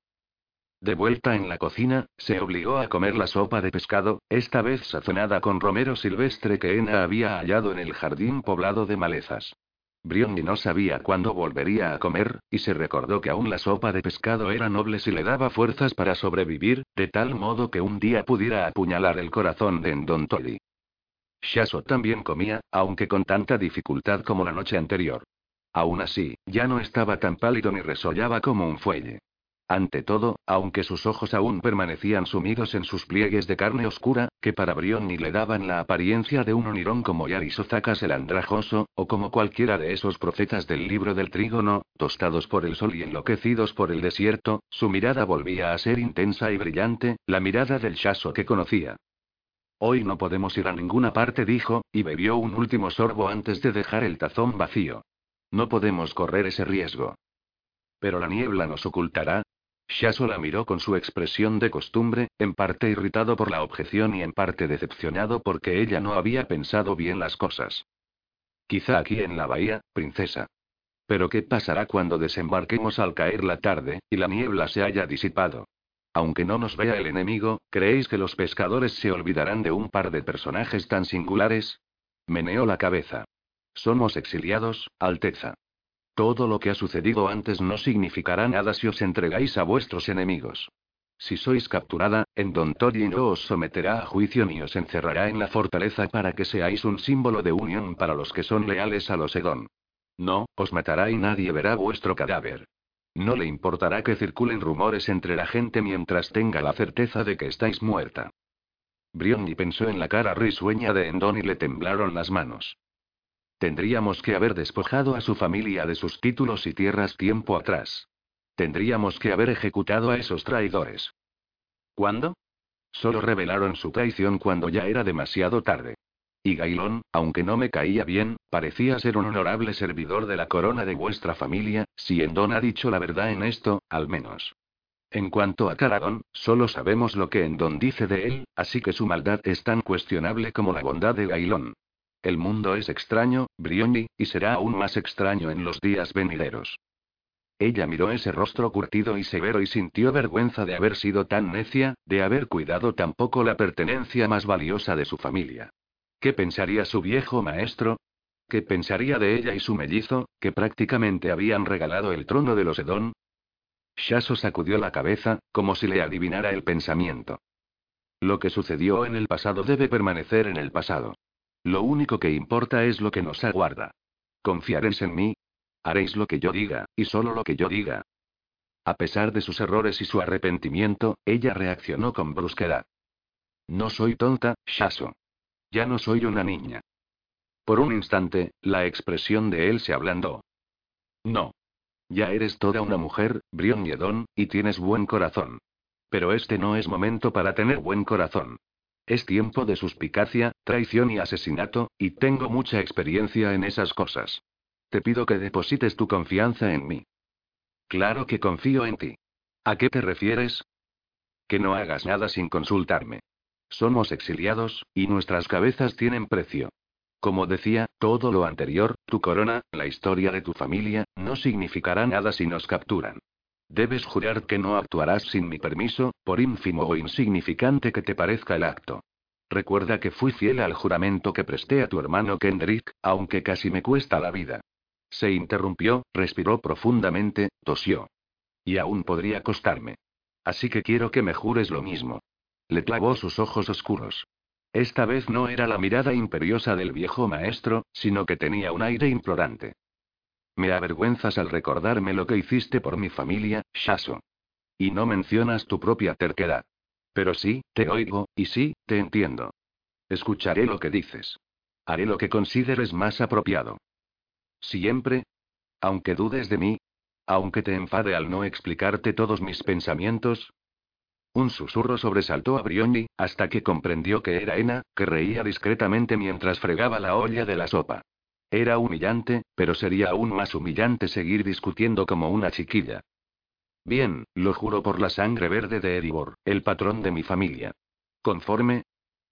De vuelta en la cocina, se obligó a comer la sopa de pescado, esta vez sazonada con romero silvestre que Ena había hallado en el jardín poblado de malezas. Briony no sabía cuándo volvería a comer, y se recordó que aún la sopa de pescado era noble si le daba fuerzas para sobrevivir, de tal modo que un día pudiera apuñalar el corazón de Ndon Tolly. Shaso también comía, aunque con tanta dificultad como la noche anterior. Aún así, ya no estaba tan pálido ni resollaba como un fuelle. Ante todo, aunque sus ojos aún permanecían sumidos en sus pliegues de carne oscura, que para Briony le daban la apariencia de un onirón como Yarisozakas el andrajoso, o como cualquiera de esos profetas del libro del Trígono, tostados por el sol y enloquecidos por el desierto, su mirada volvía a ser intensa y brillante, la mirada del Shaso que conocía. Hoy no podemos ir a ninguna parte, dijo, y bebió un último sorbo antes de dejar el tazón vacío. No podemos correr ese riesgo. Pero la niebla nos ocultará. Shaso la miró con su expresión de costumbre, en parte irritado por la objeción y en parte decepcionado porque ella no había pensado bien las cosas. Quizá aquí en la bahía, princesa. Pero ¿qué pasará cuando desembarquemos al caer la tarde, y la niebla se haya disipado? Aunque no nos vea el enemigo, ¿creéis que los pescadores se olvidarán de un par de personajes tan singulares? Meneó la cabeza. Somos exiliados, Alteza. Todo lo que ha sucedido antes no significará nada si os entregáis a vuestros enemigos. Si sois capturada, Ndon Tolly no os someterá a juicio ni os encerrará en la fortaleza para que seáis un símbolo de unión para los que son leales a los Edón. No, os matará y nadie verá vuestro cadáver. No le importará que circulen rumores entre la gente mientras tenga la certeza de que estáis muerta. Briony pensó en la cara risueña de Ndon y le temblaron las manos. Tendríamos que haber despojado a su familia de sus títulos y tierras tiempo atrás. Tendríamos que haber ejecutado a esos traidores. ¿Cuándo? Solo revelaron su traición cuando ya era demasiado tarde. Y Gailón, aunque no me caía bien, parecía ser un honorable servidor de la corona de vuestra familia, si Ndon ha dicho la verdad en esto, al menos. En cuanto a Caradón, solo sabemos lo que Ndon dice de él, así que su maldad es tan cuestionable como la bondad de Gailón. El mundo es extraño, Briony, y será aún más extraño en los días venideros. Ella miró ese rostro curtido y severo y sintió vergüenza de haber sido tan necia, de haber cuidado tan poco la pertenencia más valiosa de su familia. ¿Qué pensaría su viejo maestro? ¿Qué pensaría de ella y su mellizo, que prácticamente habían regalado el trono de los Edón? Shaso sacudió la cabeza, como si le adivinara el pensamiento. Lo que sucedió en el pasado debe permanecer en el pasado. Lo único que importa es lo que nos aguarda. ¿Confiaréis en mí? Haréis lo que yo diga, y solo lo que yo diga. A pesar de sus errores y su arrepentimiento, ella reaccionó con brusquedad. No soy tonta, Shaso. Ya no soy una niña. Por un instante, la expresión de él se ablandó. No. Ya eres toda una mujer, Briony Edón, y tienes buen corazón. Pero este no es momento para tener buen corazón. Es tiempo de suspicacia, traición y asesinato, y tengo mucha experiencia en esas cosas. Te pido que deposites tu confianza en mí. Claro que confío en ti. ¿A qué te refieres? Que no hagas nada sin consultarme. Somos exiliados, y nuestras cabezas tienen precio. Como decía, todo lo anterior, tu corona, la historia de tu familia, no significará nada si nos capturan. Debes jurar que no actuarás sin mi permiso, por ínfimo o insignificante que te parezca el acto. Recuerda que fui fiel al juramento que presté a tu hermano Kendrick, aunque casi me cuesta la vida. Se interrumpió, respiró profundamente, tosió. Y aún podría costarme. Así que quiero que me jures lo mismo. Le clavó sus ojos oscuros. Esta vez no era la mirada imperiosa del viejo maestro, sino que tenía un aire implorante. Me avergüenzas al recordarme lo que hiciste por mi familia, Shaso. Y no mencionas tu propia terquedad. Pero sí, te oigo, y sí, te entiendo. Escucharé lo que dices. Haré lo que consideres más apropiado. ¿Siempre? Aunque dudes de mí. Aunque te enfade al no explicarte todos mis pensamientos. Un susurro sobresaltó a Brionni, hasta que comprendió que era Ena, que reía discretamente mientras fregaba la olla de la sopa. Era humillante, pero sería aún más humillante seguir discutiendo como una chiquilla. Bien, lo juro por la sangre verde de Erebor, el patrón de mi familia. ¿Conforme?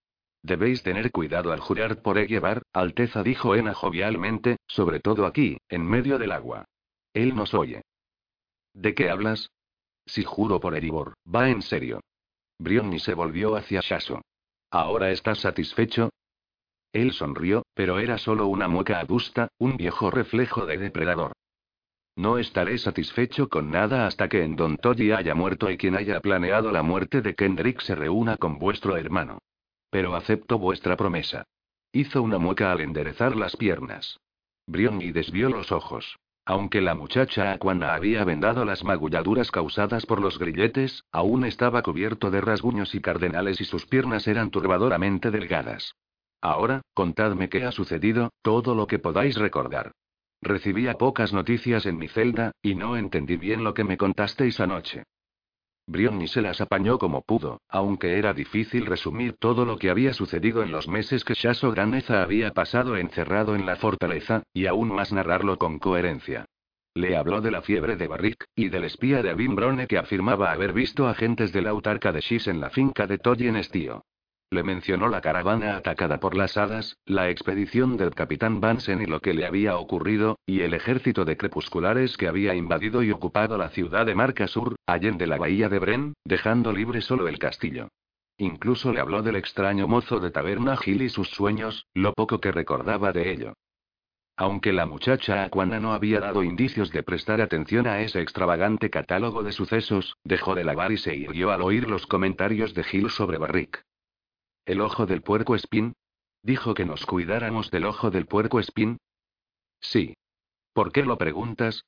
Debéis tener cuidado al jurar por Erebor, Alteza, dijo Ena jovialmente, sobre todo aquí, en medio del agua. Él nos oye. ¿De qué hablas? Si juro por Erebor, va en serio. Brionni se volvió hacia Shaso. ¿Ahora estás satisfecho? Él sonrió, pero era solo una mueca adusta, un viejo reflejo de depredador. No estaré satisfecho con nada hasta que en Don Toddy haya muerto y quien haya planeado la muerte de Kendrick se reúna con vuestro hermano. Pero acepto vuestra promesa. Hizo una mueca al enderezar las piernas. Brionni desvió los ojos. Aunque la muchacha Aquana había vendado las magulladuras causadas por los grilletes, aún estaba cubierto de rasguños y cardenales y sus piernas eran turbadoramente delgadas. Ahora, contadme qué ha sucedido, todo lo que podáis recordar. Recibía pocas noticias en mi celda, y no entendí bien lo que me contasteis anoche. Brionni se las apañó como pudo, aunque era difícil resumir todo lo que había sucedido en los meses que Shaso Graneza había pasado encerrado en la fortaleza, y aún más narrarlo con coherencia. Le habló de la fiebre de Barrick, y del espía de Abimbrone que afirmaba haber visto agentes del autarca de Shis en la finca de Tolly en Estío. Le mencionó la caravana atacada por las hadas, la expedición del capitán Vansen y lo que le había ocurrido, y el ejército de crepusculares que había invadido y ocupado la ciudad de Marca Sur, allende la bahía de Bren, dejando libre solo el castillo. Incluso le habló del extraño mozo de Taberna Hill y sus sueños, lo poco que recordaba de ello. Aunque la muchacha Aquana no había dado indicios de prestar atención a ese extravagante catálogo de sucesos, dejó de lavar y se irguió al oír los comentarios de Hill sobre Barrick. ¿El ojo del puerco espín? ¿Dijo que nos cuidáramos del ojo del puerco espín? Sí. ¿Por qué lo preguntas?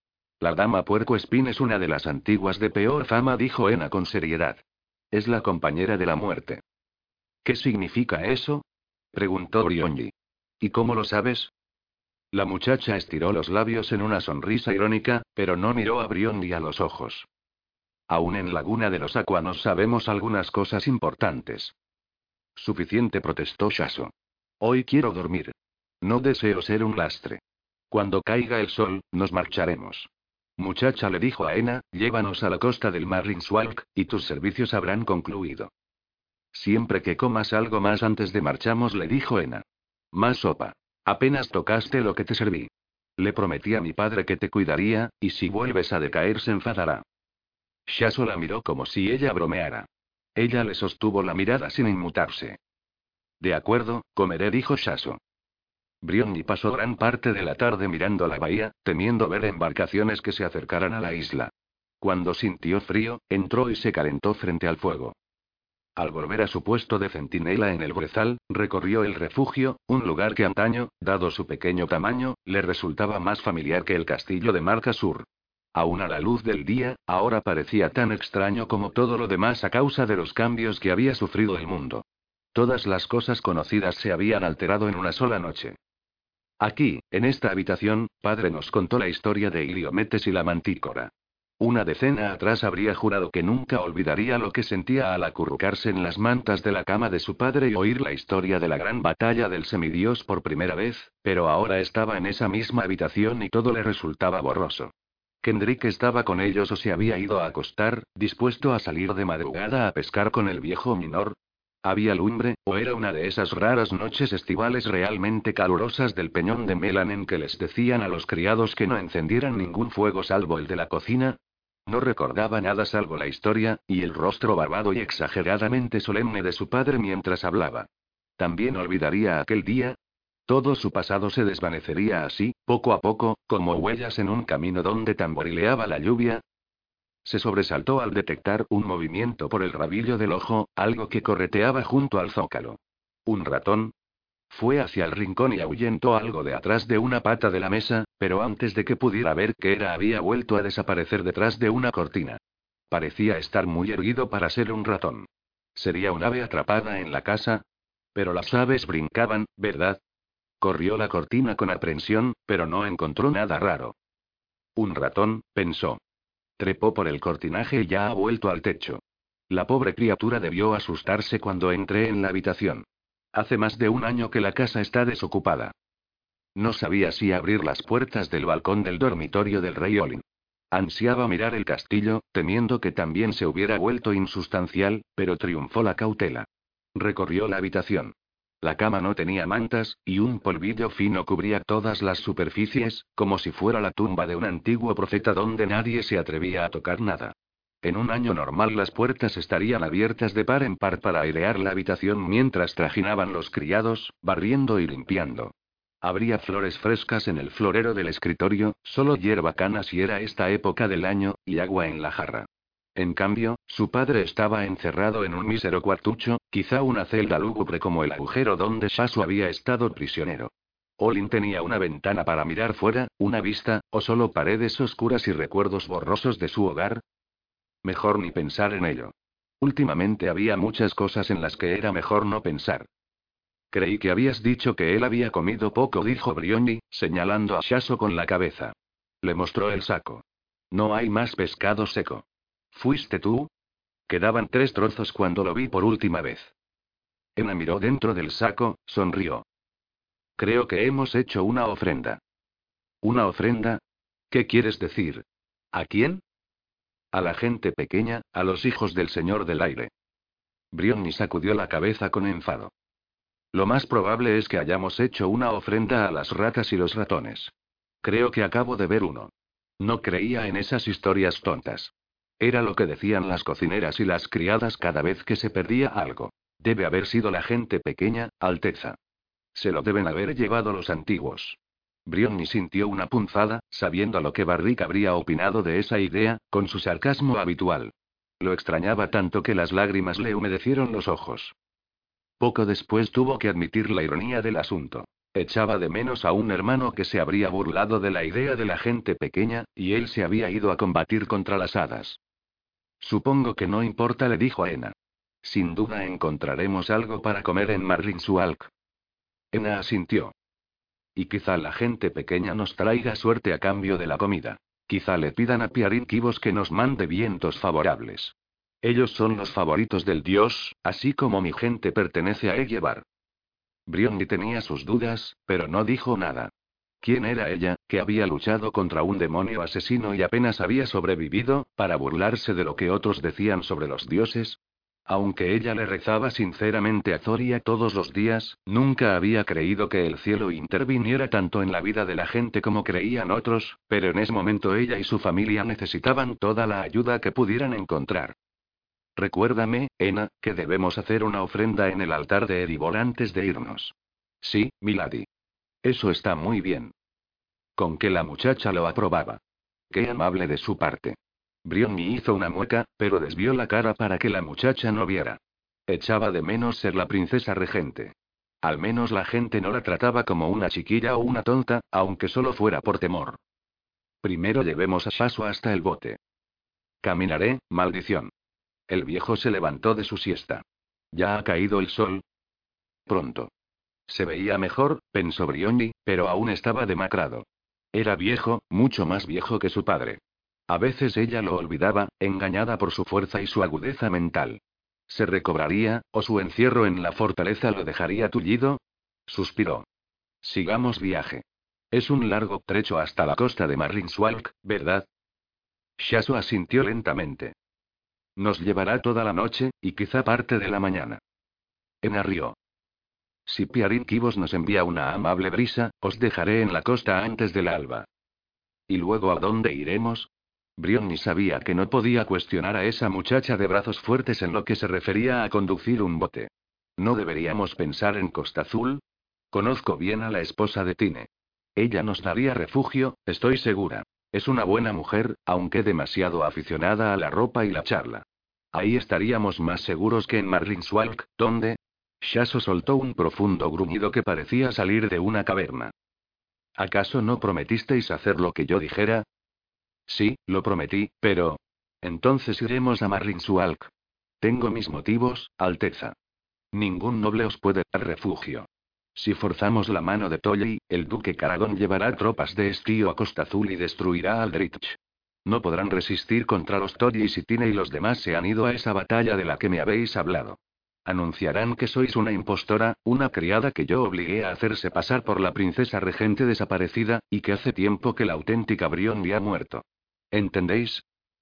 La dama puerco espín es una de las antiguas de peor fama, dijo Ena con seriedad. Es la compañera de la muerte. ¿Qué significa eso? Preguntó Brionni. ¿Y cómo lo sabes? La muchacha estiró los labios en una sonrisa irónica, pero no miró a Brionni a los ojos. Aún en Laguna de los Aquanos sabemos algunas cosas importantes. Suficiente, protestó Shaso. Hoy quiero dormir. No deseo ser un lastre. Cuando caiga el sol, nos marcharemos. Muchacha, le dijo a Ena, llévanos a la costa del Marlinswalk, y tus servicios habrán concluido. Siempre que comas algo más antes de marchamos, le dijo Ena. Más sopa. Apenas tocaste lo que te serví. Le prometí a mi padre que te cuidaría, y si vuelves a decaer se enfadará. Shaso la miró como si ella bromeara. Ella le sostuvo la mirada sin inmutarse. De acuerdo, comeré, dijo Shaso. Brionni pasó gran parte de la tarde mirando la bahía, temiendo ver embarcaciones que se acercaran a la isla. Cuando sintió frío, entró y se calentó frente al fuego. Al volver a su puesto de centinela en el brezal, recorrió el refugio, un lugar que antaño, dado su pequeño tamaño, le resultaba más familiar que el castillo de Marca Sur. Aún a la luz del día, ahora parecía tan extraño como todo lo demás a causa de los cambios que había sufrido el mundo. Todas las cosas conocidas se habían alterado en una sola noche. Aquí, en esta habitación, padre nos contó la historia de Iliometes y la mantícora. Una decena atrás habría jurado que nunca olvidaría lo que sentía al acurrucarse en las mantas de la cama de su padre y oír la historia de la gran batalla del semidios por primera vez, pero ahora estaba en esa misma habitación y todo le resultaba borroso. Kendrick estaba con ellos o se había ido a acostar, dispuesto a salir de madrugada a pescar con el viejo minor. ¿Había lumbre, o era una de esas raras noches estivales realmente calurosas del peñón de Melan en que les decían a los criados que no encendieran ningún fuego salvo el de la cocina? No recordaba nada salvo la historia, y el rostro barbado y exageradamente solemne de su padre mientras hablaba. ¿También olvidaría aquel día? Todo su pasado se desvanecería así, poco a poco, como huellas en un camino donde tamborileaba la lluvia. Se sobresaltó al detectar un movimiento por el rabillo del ojo, algo que correteaba junto al zócalo. ¿Un ratón? Fue hacia el rincón y ahuyentó algo de atrás de una pata de la mesa, pero antes de que pudiera ver qué era había vuelto a desaparecer detrás de una cortina. Parecía estar muy erguido para ser un ratón. ¿Sería un ave atrapada en la casa? Pero las aves brincaban, ¿verdad? Corrió la cortina con aprensión, pero no encontró nada raro. Un ratón, pensó. Trepó por el cortinaje y ya ha vuelto al techo. La pobre criatura debió asustarse cuando entré en la habitación. Hace más de un año que la casa está desocupada. No sabía si abrir las puertas del balcón del dormitorio del rey Olin. Ansiaba mirar el castillo, temiendo que también se hubiera vuelto insustancial, pero triunfó la cautela. Recorrió la habitación. La cama no tenía mantas, y un polvillo fino cubría todas las superficies, como si fuera la tumba de un antiguo profeta donde nadie se atrevía a tocar nada. En un año normal las puertas estarían abiertas de par en par para airear la habitación mientras trajinaban los criados, barriendo y limpiando. Habría flores frescas en el florero del escritorio, solo hierba cana si era esta época del año, y agua en la jarra. En cambio, su padre estaba encerrado en un mísero cuartucho, quizá una celda lúgubre como el agujero donde Shasu había estado prisionero. Olin tenía una ventana para mirar fuera, una vista, o solo paredes oscuras y recuerdos borrosos de su hogar. Mejor ni pensar en ello. Últimamente había muchas cosas en las que era mejor no pensar. Creí que habías dicho que él había comido poco, dijo Brioni, señalando a Shasu con la cabeza. Le mostró el saco. No hay más pescado seco. ¿Fuiste tú? Quedaban tres trozos cuando lo vi por última vez. Ena miró dentro del saco, sonrió. Creo que hemos hecho una ofrenda. ¿Una ofrenda? ¿Qué quieres decir? ¿A quién? A la gente pequeña, a los hijos del Señor del Aire. Brionni sacudió la cabeza con enfado. Lo más probable es que hayamos hecho una ofrenda a las ratas y los ratones. Creo que acabo de ver uno. No creía en esas historias tontas. Era lo que decían las cocineras y las criadas cada vez que se perdía algo. Debe haber sido la gente pequeña, Alteza. Se lo deben haber llevado los antiguos. Brionni sintió una punzada, sabiendo lo que Barrick habría opinado de esa idea, con su sarcasmo habitual. Lo extrañaba tanto que las lágrimas le humedecieron los ojos. Poco después tuvo que admitir la ironía del asunto. Echaba de menos a un hermano que se habría burlado de la idea de la gente pequeña, y él se había ido a combatir contra las hadas. Supongo que no importa, le dijo a Ena. Sin duda encontraremos algo para comer en Marlinsualk. Ena asintió. Y quizá la gente pequeña nos traiga suerte a cambio de la comida. Quizá le pidan a Piarin Kibos que nos mande vientos favorables. Ellos son los favoritos del dios, así como mi gente pertenece a Egevar. Brionni tenía sus dudas, pero no dijo nada. ¿Quién era ella, que había luchado contra un demonio asesino y apenas había sobrevivido, para burlarse de lo que otros decían sobre los dioses? Aunque ella le rezaba sinceramente a Zoria todos los días, nunca había creído que el cielo interviniera tanto en la vida de la gente como creían otros, pero en ese momento ella y su familia necesitaban toda la ayuda que pudieran encontrar. Recuérdame, Ena, que debemos hacer una ofrenda en el altar de Erebor antes de irnos. Sí, milady. Eso está muy bien. Con que la muchacha lo aprobaba. Qué amable de su parte. Brionni hizo una mueca, pero desvió la cara para que la muchacha no viera. Echaba de menos ser la princesa regente. Al menos la gente no la trataba como una chiquilla o una tonta, aunque solo fuera por temor. Primero llevemos a Shasu hasta el bote. Caminaré, maldición. El viejo se levantó de su siesta. ¿Ya ha caído el sol? Pronto. Se veía mejor, pensó Brionni, pero aún estaba demacrado. Era viejo, mucho más viejo que su padre. A veces ella lo olvidaba, engañada por su fuerza y su agudeza mental. ¿Se recobraría, o su encierro en la fortaleza lo dejaría tullido? Suspiró. Sigamos viaje. Es un largo trecho hasta la costa de Marlinswalk, ¿verdad? Shasu asintió lentamente. Nos llevará toda la noche, y quizá parte de la mañana. Ena rió. Si Piarin Kibos nos envía una amable brisa, os dejaré en la costa antes del alba. ¿Y luego a dónde iremos? Brionni sabía que no podía cuestionar a esa muchacha de brazos fuertes en lo que se refería a conducir un bote. ¿No deberíamos pensar en Costa Azul? Conozco bien a la esposa de Tine. Ella nos daría refugio, estoy segura. Es una buena mujer, aunque demasiado aficionada a la ropa y la charla. Ahí estaríamos más seguros que en Marlinswalk, donde... Shaso soltó un profundo gruñido que parecía salir de una caverna. ¿Acaso no prometisteis hacer lo que yo dijera? Sí, lo prometí, pero... Entonces iremos a Marlinswalk. Tengo mis motivos, Alteza. Ningún noble os puede dar refugio. Si forzamos la mano de Tolly, el duque Caragón llevará tropas de estío a Costa Azul y destruirá Aldrich. No podrán resistir contra los Tolly si Tine y los demás se han ido a esa batalla de la que me habéis hablado. Anunciarán que sois una impostora, una criada que yo obligué a hacerse pasar por la princesa regente desaparecida, y que hace tiempo que la auténtica Brionni ha muerto. ¿Entendéis?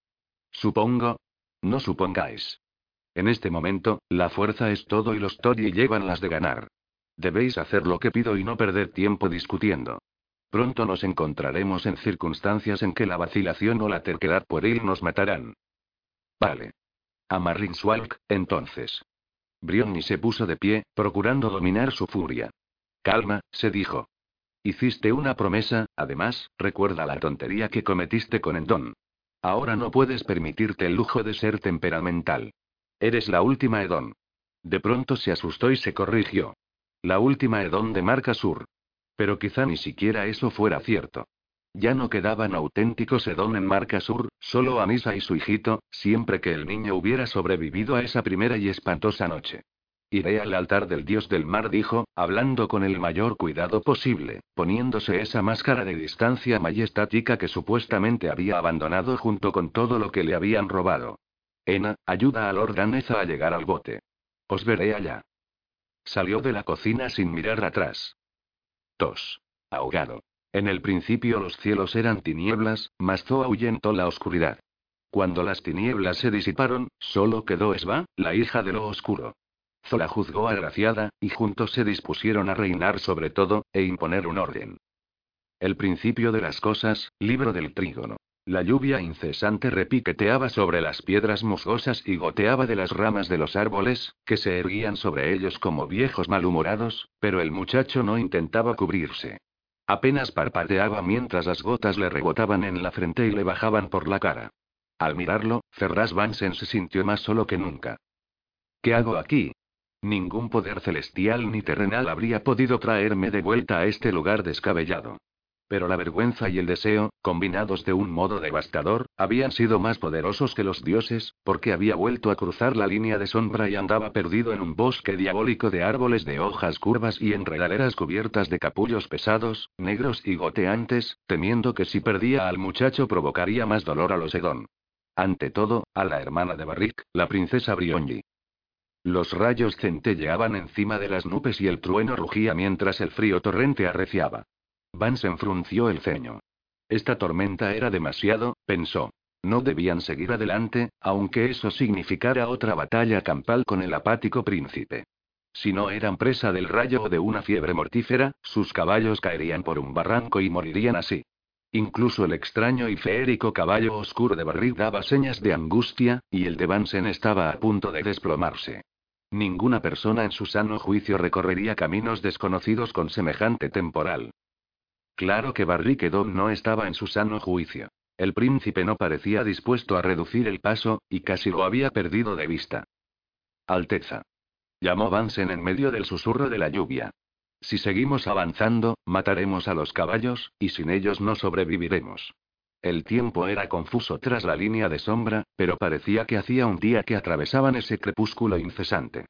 Supongo. No supongáis. En este momento, la fuerza es todo y los Tolly llevan las de ganar. Debéis hacer lo que pido y no perder tiempo discutiendo. Pronto nos encontraremos en circunstancias en que la vacilación o la terquedad pueril nos matarán. Vale. A Marlinswalk, entonces. Brionni se puso de pie, procurando dominar su furia. Calma, se dijo. Hiciste una promesa, además, recuerda la tontería que cometiste con Endon. Ahora no puedes permitirte el lujo de ser temperamental. Eres la última Edón. De pronto se asustó y se corrigió. La última Edón de Marca Sur. Pero quizá ni siquiera eso fuera cierto. Ya no quedaban auténticos Edón en Marca Sur, solo Anissa y su hijito, siempre que el niño hubiera sobrevivido a esa primera y espantosa noche. Iré al altar del dios del mar, dijo, hablando con el mayor cuidado posible, poniéndose esa máscara de distancia majestática que supuestamente había abandonado junto con todo lo que le habían robado. Ena, ayuda a Lord Aneza a llegar al bote. Os veré allá. Salió de la cocina sin mirar atrás. Tos. Ahogado. En el principio los cielos eran tinieblas, mas Zoe ahuyentó la oscuridad. Cuando las tinieblas se disiparon, solo quedó Sva, la hija de lo oscuro. Zoe la juzgó agraciada, y juntos se dispusieron a reinar sobre todo, e imponer un orden. El principio de las cosas, libro del Trígono. La lluvia incesante repiqueteaba sobre las piedras musgosas y goteaba de las ramas de los árboles, que se erguían sobre ellos como viejos malhumorados, pero el muchacho no intentaba cubrirse. Apenas parpadeaba mientras las gotas le rebotaban en la frente y le bajaban por la cara. Al mirarlo, Ferraz Vansen se sintió más solo que nunca. ¿Qué hago aquí? Ningún poder celestial ni terrenal habría podido traerme de vuelta a este lugar descabellado. Pero la vergüenza y el deseo, combinados de un modo devastador, habían sido más poderosos que los dioses, porque había vuelto a cruzar la línea de sombra y andaba perdido en un bosque diabólico de árboles de hojas curvas y enredaderas cubiertas de capullos pesados, negros y goteantes, temiendo que si perdía al muchacho provocaría más dolor a los Edón. Ante todo, a la hermana de Barrick, la princesa Brionni. Los rayos centelleaban encima de las nubes y el trueno rugía mientras el frío torrente arreciaba. Vansen frunció el ceño. Esta tormenta era demasiado, pensó. No debían seguir adelante, aunque eso significara otra batalla campal con el apático príncipe. Si no eran presa del rayo o de una fiebre mortífera, sus caballos caerían por un barranco y morirían así. Incluso el extraño y feérico caballo oscuro de Barrick daba señas de angustia, y el de Vansen estaba a punto de desplomarse. Ninguna persona en su sano juicio recorrería caminos desconocidos con semejante temporal. Claro que Barrick Edom no estaba en su sano juicio. El príncipe no parecía dispuesto a reducir el paso, y casi lo había perdido de vista. Alteza. Llamó Vansen en medio del susurro de la lluvia. Si seguimos avanzando, mataremos a los caballos, y sin ellos no sobreviviremos. El tiempo era confuso tras la línea de sombra, pero parecía que hacía un día que atravesaban ese crepúsculo incesante.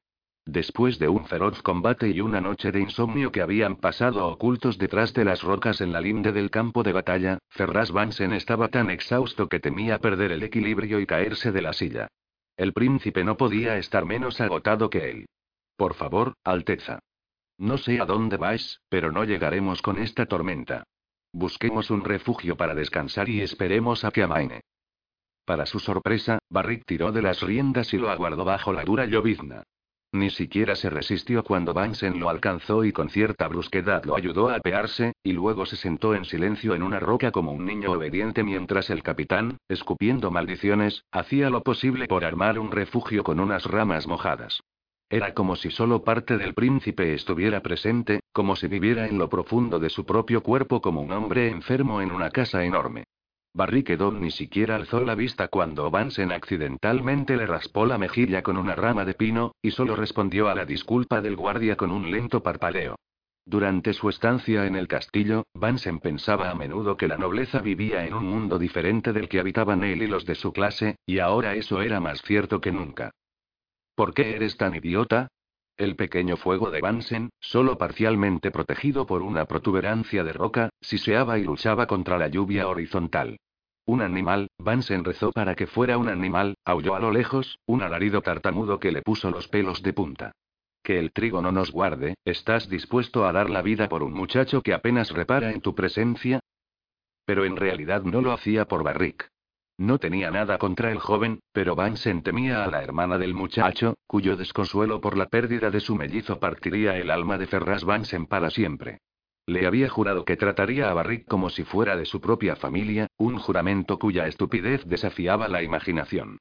Después de un feroz combate y una noche de insomnio que habían pasado ocultos detrás de las rocas en la linde del campo de batalla, Ferraz Vansen estaba tan exhausto que temía perder el equilibrio y caerse de la silla. El príncipe no podía estar menos agotado que él. Por favor, Alteza. No sé a dónde vais, pero no llegaremos con esta tormenta. Busquemos un refugio para descansar y esperemos a que amaine. Para su sorpresa, Barrick tiró de las riendas y lo aguardó bajo la dura llovizna. Ni siquiera se resistió cuando Vansen lo alcanzó y con cierta brusquedad lo ayudó a apearse, y luego se sentó en silencio en una roca como un niño obediente mientras el capitán, escupiendo maldiciones, hacía lo posible por armar un refugio con unas ramas mojadas. Era como si solo parte del príncipe estuviera presente, como si viviera en lo profundo de su propio cuerpo como un hombre enfermo en una casa enorme. Barrichello ni siquiera alzó la vista cuando Vansen accidentalmente le raspó la mejilla con una rama de pino, y solo respondió a la disculpa del guardia con un lento parpadeo. Durante su estancia en el castillo, Vansen pensaba a menudo que la nobleza vivía en un mundo diferente del que habitaban él y los de su clase, y ahora eso era más cierto que nunca. ¿Por qué eres tan idiota? El pequeño fuego de Vansen, solo parcialmente protegido por una protuberancia de roca, siseaba y luchaba contra la lluvia horizontal. Un animal, Vansen rezó para que fuera un animal, aulló a lo lejos, un alarido tartamudo que le puso los pelos de punta. Que el trigo no nos guarde, ¿estás dispuesto a dar la vida por un muchacho que apenas repara en tu presencia? Pero en realidad no lo hacía por Barrick. No tenía nada contra el joven, pero Vansen temía a la hermana del muchacho, cuyo desconsuelo por la pérdida de su mellizo partiría el alma de Ferraz Vansen para siempre. Le había jurado que trataría a Barrick como si fuera de su propia familia, un juramento cuya estupidez desafiaba la imaginación.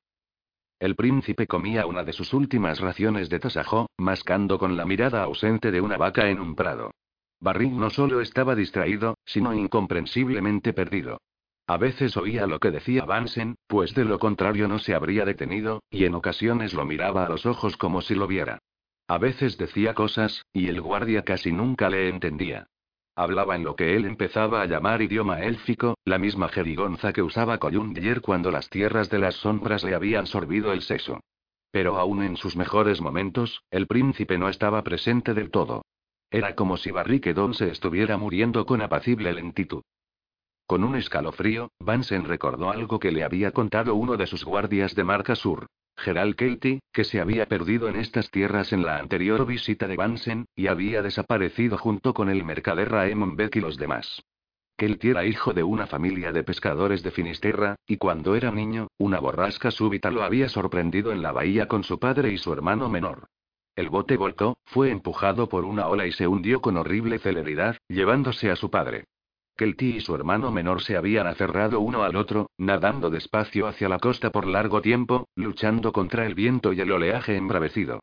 El príncipe comía una de sus últimas raciones de tasajo, mascando con la mirada ausente de una vaca en un prado. Barrick no solo estaba distraído, sino incomprensiblemente perdido. A veces oía lo que decía Vansen, pues de lo contrario no se habría detenido, y en ocasiones lo miraba a los ojos como si lo viera. A veces decía cosas, y el guardia casi nunca le entendía. Hablaba en lo que él empezaba a llamar idioma élfico, la misma jerigonza que usaba Colundier cuando las tierras de las sombras le habían sorbido el seso. Pero aún en sus mejores momentos, el príncipe no estaba presente del todo. Era como si Barrichello se estuviera muriendo con apacible lentitud. Con un escalofrío, Vansen recordó algo que le había contado uno de sus guardias de Marca Sur, Gerald Kelty, que se había perdido en estas tierras en la anterior visita de Vansen, y había desaparecido junto con el mercader Raemond Beck y los demás. Kelty era hijo de una familia de pescadores de Finisterra, y cuando era niño, una borrasca súbita lo había sorprendido en la bahía con su padre y su hermano menor. El bote volcó, fue empujado por una ola y se hundió con horrible celeridad, llevándose a su padre. Kelty y su hermano menor se habían aferrado uno al otro, nadando despacio hacia la costa por largo tiempo, luchando contra el viento y el oleaje embravecido.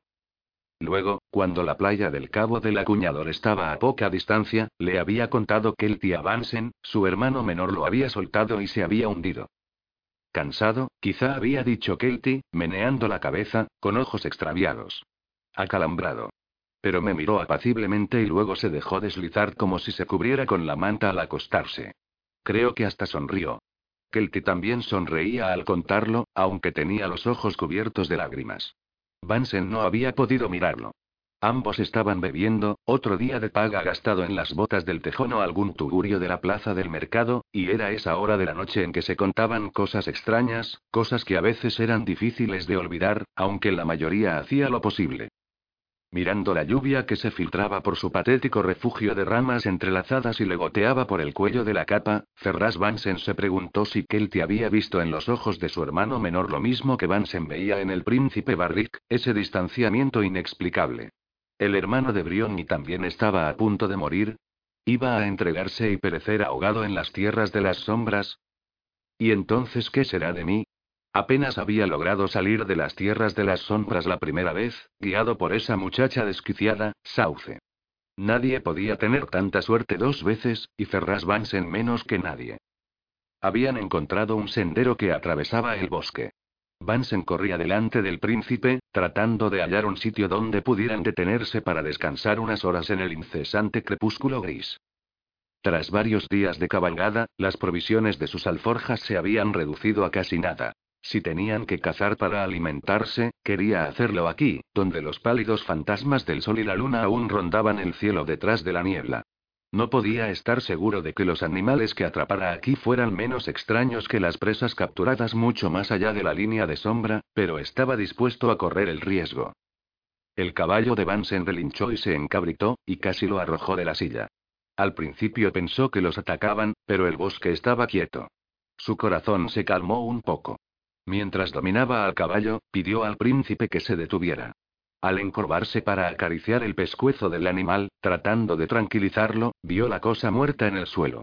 Luego, cuando la playa del Cabo del Acuñador estaba a poca distancia, le había contado Kelty a Vansen, su hermano menor lo había soltado y se había hundido. Cansado, quizá había dicho Kelty, meneando la cabeza, con ojos extraviados. Acalambrado. Pero me miró apaciblemente y luego se dejó deslizar como si se cubriera con la manta al acostarse. Creo que hasta sonrió. Kelty también sonreía al contarlo, aunque tenía los ojos cubiertos de lágrimas. Vansen no había podido mirarlo. Ambos estaban bebiendo, otro día de paga gastado en las botas del tejón o algún tugurio de la plaza del mercado, y era esa hora de la noche en que se contaban cosas extrañas, cosas que a veces eran difíciles de olvidar, aunque la mayoría hacía lo posible. Mirando la lluvia que se filtraba por su patético refugio de ramas entrelazadas y le goteaba por el cuello de la capa, Ferraz Vansen se preguntó si Kelty había visto en los ojos de su hermano menor lo mismo que Vansen veía en el príncipe Barrick, ese distanciamiento inexplicable. El hermano de Briony también estaba a punto de morir. ¿Iba a entregarse y perecer ahogado en las tierras de las sombras? ¿Y entonces qué será de mí? Apenas había logrado salir de las tierras de las sombras la primera vez, guiado por esa muchacha desquiciada, Sauce. Nadie podía tener tanta suerte dos veces, y Ferraz Vansen menos que nadie. Habían encontrado un sendero que atravesaba el bosque. Vansen corría delante del príncipe, tratando de hallar un sitio donde pudieran detenerse para descansar unas horas en el incesante crepúsculo gris. Tras varios días de cabalgada, las provisiones de sus alforjas se habían reducido a casi nada. Si tenían que cazar para alimentarse, quería hacerlo aquí, donde los pálidos fantasmas del sol y la luna aún rondaban el cielo detrás de la niebla. No podía estar seguro de que los animales que atrapara aquí fueran menos extraños que las presas capturadas mucho más allá de la línea de sombra, pero estaba dispuesto a correr el riesgo. El caballo de Vansen relinchó y se encabritó, y casi lo arrojó de la silla. Al principio pensó que los atacaban, pero el bosque estaba quieto. Su corazón se calmó un poco. Mientras dominaba al caballo, pidió al príncipe que se detuviera. Al encorvarse para acariciar el pescuezo del animal, tratando de tranquilizarlo, vio la cosa muerta en el suelo.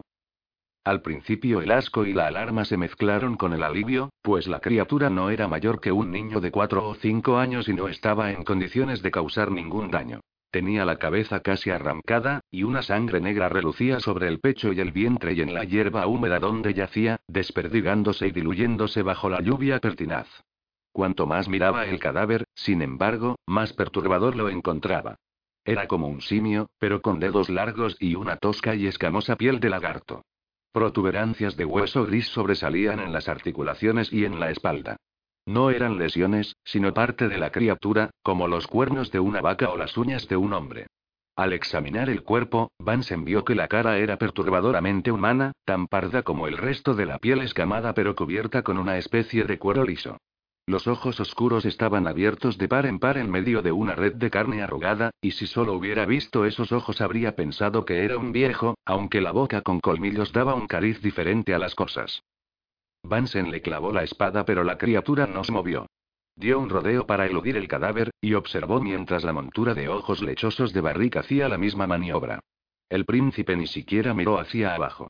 Al principio el asco y la alarma se mezclaron con el alivio, pues la criatura no era mayor que un niño de cuatro o cinco años y no estaba en condiciones de causar ningún daño. Tenía la cabeza casi arrancada, y una sangre negra relucía sobre el pecho y el vientre y en la hierba húmeda donde yacía, desperdigándose y diluyéndose bajo la lluvia pertinaz. Cuanto más miraba el cadáver, sin embargo, más perturbador lo encontraba. Era como un simio, pero con dedos largos y una tosca y escamosa piel de lagarto. Protuberancias de hueso gris sobresalían en las articulaciones y en la espalda. No eran lesiones, sino parte de la criatura, como los cuernos de una vaca o las uñas de un hombre. Al examinar el cuerpo, Vansen vio que la cara era perturbadoramente humana, tan parda como el resto de la piel escamada pero cubierta con una especie de cuero liso. Los ojos oscuros estaban abiertos de par en par en medio de una red de carne arrugada, y si solo hubiera visto esos ojos habría pensado que era un viejo, aunque la boca con colmillos daba un cariz diferente a las cosas. Vansen le clavó la espada pero la criatura no se movió. Dio un rodeo para eludir el cadáver, y observó mientras la montura de ojos lechosos de Barrick hacía la misma maniobra. El príncipe ni siquiera miró hacia abajo.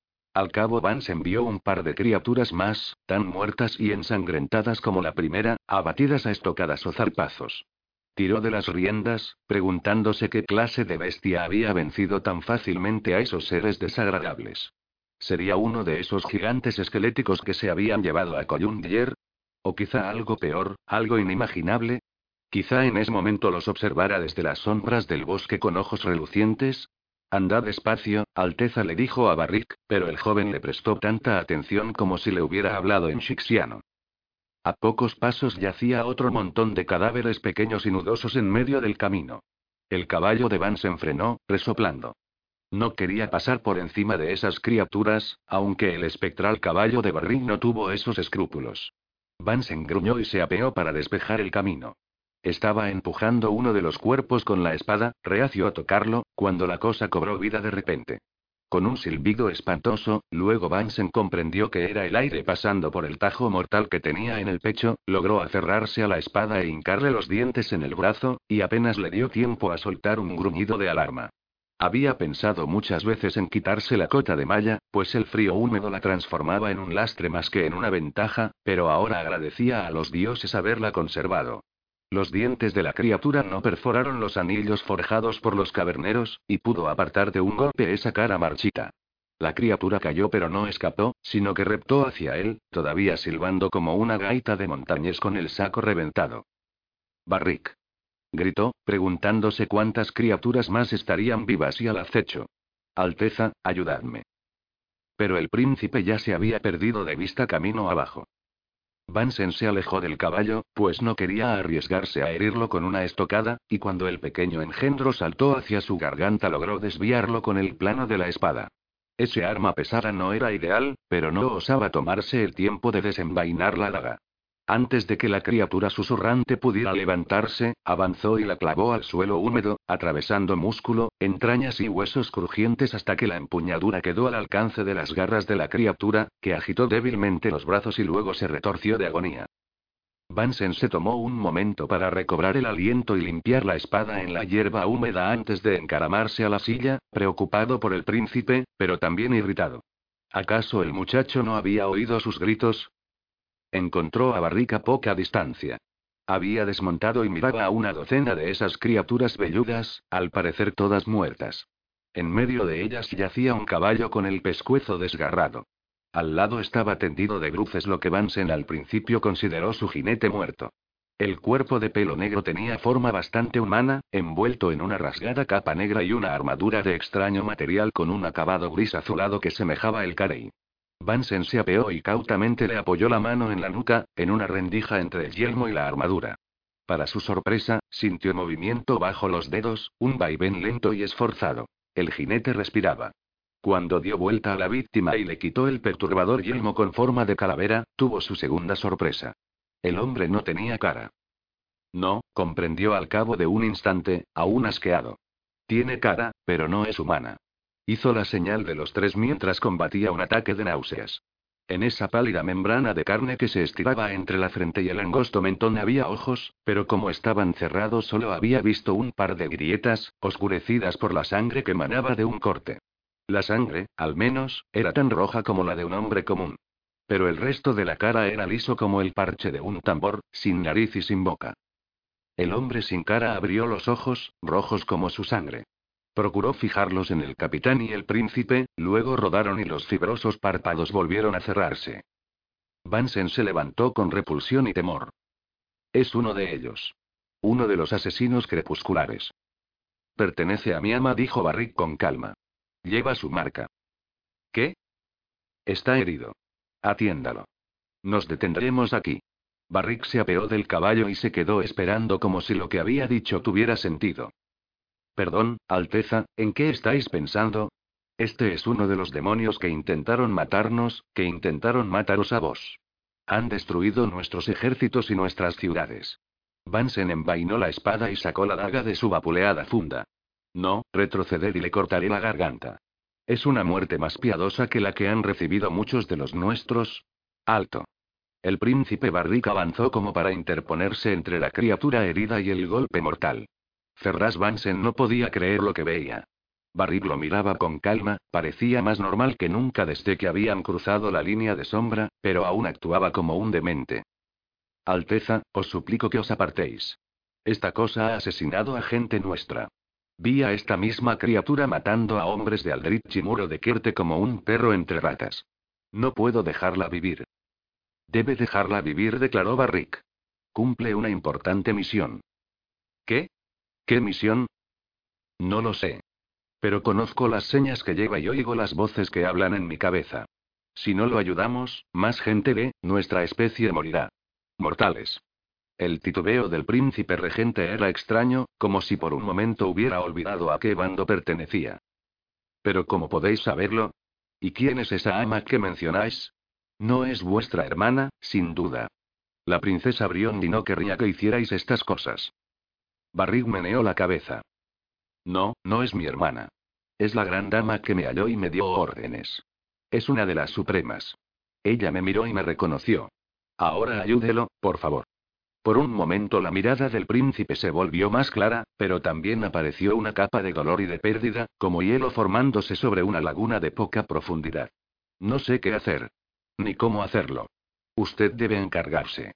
Al cabo Vansen vio un par de criaturas más, tan muertas y ensangrentadas como la primera, abatidas a estocadas o zarpazos. Tiró de las riendas, preguntándose qué clase de bestia había vencido tan fácilmente a esos seres desagradables. ¿Sería uno de esos gigantes esqueléticos que se habían llevado a Columbier? ¿O quizá algo peor, algo inimaginable? Quizá en ese momento los observara desde las sombras del bosque con ojos relucientes. Andad despacio, Alteza le dijo a Barrick, pero el joven le prestó tanta atención como si le hubiera hablado en xixiano. A pocos pasos yacía otro montón de cadáveres pequeños y nudosos en medio del camino. El caballo de Vansen frenó, resoplando. No quería pasar por encima de esas criaturas, aunque el espectral caballo de Barrick no tuvo esos escrúpulos. Vansen gruñó y se apeó para despejar el camino. Estaba empujando uno de los cuerpos con la espada, reacio a tocarlo, cuando la cosa cobró vida de repente. Con un silbido espantoso, luego Vansen comprendió que era el aire pasando por el tajo mortal que tenía en el pecho, logró aferrarse a la espada e hincarle los dientes en el brazo, y apenas le dio tiempo a soltar un gruñido de alarma. Había pensado muchas veces en quitarse la cota de malla, pues el frío húmedo la transformaba en un lastre más que en una ventaja, pero ahora agradecía a los dioses haberla conservado. Los dientes de la criatura no perforaron los anillos forjados por los caverneros, y pudo apartar de un golpe esa cara marchita. La criatura cayó pero no escapó, sino que reptó hacia él, todavía silbando como una gaita de montañés con el saco reventado. Barrick. Gritó, preguntándose cuántas criaturas más estarían vivas y al acecho. Alteza, ayudadme. Pero el príncipe ya se había perdido de vista camino abajo. Vansen se alejó del caballo, pues no quería arriesgarse a herirlo con una estocada, y cuando el pequeño engendro saltó hacia su garganta logró desviarlo con el plano de la espada. Ese arma pesada no era ideal, pero no osaba tomarse el tiempo de desenvainar la daga. Antes de que la criatura susurrante pudiera levantarse, avanzó y la clavó al suelo húmedo, atravesando músculo, entrañas y huesos crujientes hasta que la empuñadura quedó al alcance de las garras de la criatura, que agitó débilmente los brazos y luego se retorció de agonía. Vansen se tomó un momento para recobrar el aliento y limpiar la espada en la hierba húmeda antes de encaramarse a la silla, preocupado por el príncipe, pero también irritado. ¿Acaso el muchacho no había oído sus gritos? Encontró a Barrick a poca distancia. Había desmontado y miraba a una docena de esas criaturas velludas, al parecer todas muertas. En medio de ellas yacía un caballo con el pescuezo desgarrado. Al lado estaba tendido de bruces lo que Vansen al principio consideró su jinete muerto. El cuerpo de pelo negro tenía forma bastante humana, envuelto en una rasgada capa negra y una armadura de extraño material con un acabado gris azulado que semejaba el carey. Vansen se apeó y cautamente le apoyó la mano en la nuca, en una rendija entre el yelmo y la armadura. Para su sorpresa, sintió movimiento bajo los dedos, un vaivén lento y esforzado. El jinete respiraba. Cuando dio vuelta a la víctima y le quitó el perturbador yelmo con forma de calavera, tuvo su segunda sorpresa. El hombre no tenía cara. No, comprendió al cabo de un instante, aún asqueado. Tiene cara, pero no es humana. Hizo la señal de los tres mientras combatía un ataque de náuseas. En esa pálida membrana de carne que se estiraba entre la frente y el angosto mentón había ojos, pero como estaban cerrados solo había visto un par de grietas, oscurecidas por la sangre que manaba de un corte. La sangre, al menos, era tan roja como la de un hombre común. Pero el resto de la cara era liso como el parche de un tambor, sin nariz y sin boca. El hombre sin cara abrió los ojos, rojos como su sangre. Procuró fijarlos en el capitán y el príncipe, luego rodaron y los fibrosos párpados volvieron a cerrarse. Vansen se levantó con repulsión y temor. Es uno de ellos. Uno de los asesinos crepusculares. Pertenece a mi ama, dijo Barrick con calma. Lleva su marca. ¿Qué? Está herido. Atiéndalo. Nos detendremos aquí. Barrick se apeó del caballo y se quedó esperando como si lo que había dicho tuviera sentido. Perdón, Alteza, ¿en qué estáis pensando? Este es uno de los demonios que intentaron matarnos, que intentaron mataros a vos. Han destruido nuestros ejércitos y nuestras ciudades. Vansen envainó la espada y sacó la daga de su vapuleada funda. No, retroceder y le cortaré la garganta. Es una muerte más piadosa que la que han recibido muchos de los nuestros. Alto. El príncipe Barrick avanzó como para interponerse entre la criatura herida y el golpe mortal. Ferraz Vansen no podía creer lo que veía. Barrick lo miraba con calma, parecía más normal que nunca desde que habían cruzado la línea de sombra, pero aún actuaba como un demente. Alteza, os suplico que os apartéis. Esta cosa ha asesinado a gente nuestra. Vi a esta misma criatura matando a hombres de Aldrich y Muro de Kierte como un perro entre ratas. No puedo dejarla vivir. Debe dejarla vivir, declaró Barrick. Cumple una importante misión. ¿Qué? ¿Qué misión? No lo sé. Pero conozco las señas que lleva y oigo las voces que hablan en mi cabeza. Si no lo ayudamos, más gente de nuestra especie morirá. Mortales. El titubeo del príncipe regente era extraño, como si por un momento hubiera olvidado a qué bando pertenecía. Pero ¿cómo podéis saberlo? ¿Y quién es esa ama que mencionáis? No es vuestra hermana, sin duda. La princesa Briondi no querría que hicierais estas cosas. Barrick meneó la cabeza. No, no es mi hermana. Es la gran dama que me halló y me dio órdenes. Es una de las supremas. Ella me miró y me reconoció. Ahora ayúdelo, por favor. Por un momento la mirada del príncipe se volvió más clara, pero también apareció una capa de dolor y de pérdida, como hielo formándose sobre una laguna de poca profundidad. No sé qué hacer. Ni cómo hacerlo. Usted debe encargarse.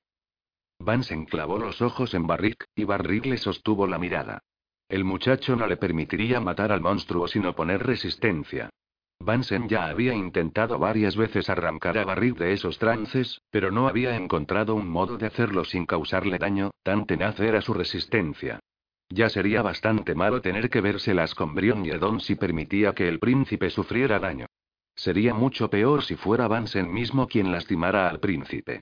Vansen clavó los ojos en Barrick, y Barrick le sostuvo la mirada. El muchacho no le permitiría matar al monstruo sin oponer resistencia. Vansen ya había intentado varias veces arrancar a Barrick de esos trances, pero no había encontrado un modo de hacerlo sin causarle daño, tan tenaz era su resistencia. Ya sería bastante malo tener que vérselas con Brion y Edon si permitía que el príncipe sufriera daño. Sería mucho peor si fuera Vansen mismo quien lastimara al príncipe.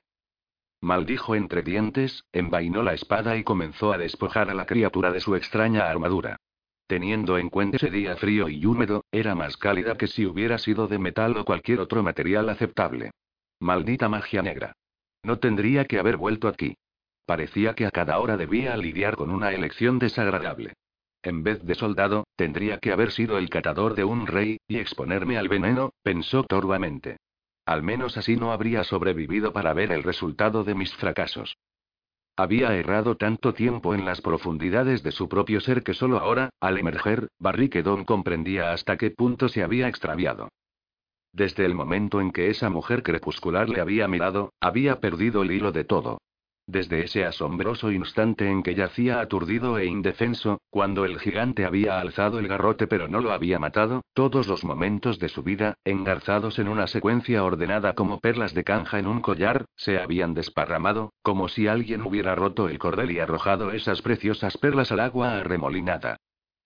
Maldijo entre dientes, envainó la espada y comenzó a despojar a la criatura de su extraña armadura. Teniendo en cuenta ese día frío y húmedo, era más cálida que si hubiera sido de metal o cualquier otro material aceptable. Maldita magia negra. No tendría que haber vuelto aquí. Parecía que a cada hora debía lidiar con una elección desagradable. En vez de soldado, tendría que haber sido el catador de un rey, y exponerme al veneno, pensó torvamente. Al menos así no habría sobrevivido para ver el resultado de mis fracasos. Había errado tanto tiempo en las profundidades de su propio ser que solo ahora, al emerger, Barrick Edon comprendía hasta qué punto se había extraviado. Desde el momento en que esa mujer crepuscular le había mirado, había perdido el hilo de todo. Desde ese asombroso instante en que yacía aturdido e indefenso, cuando el gigante había alzado el garrote pero no lo había matado, todos los momentos de su vida, engarzados en una secuencia ordenada como perlas de canja en un collar, se habían desparramado, como si alguien hubiera roto el cordel y arrojado esas preciosas perlas al agua arremolinada.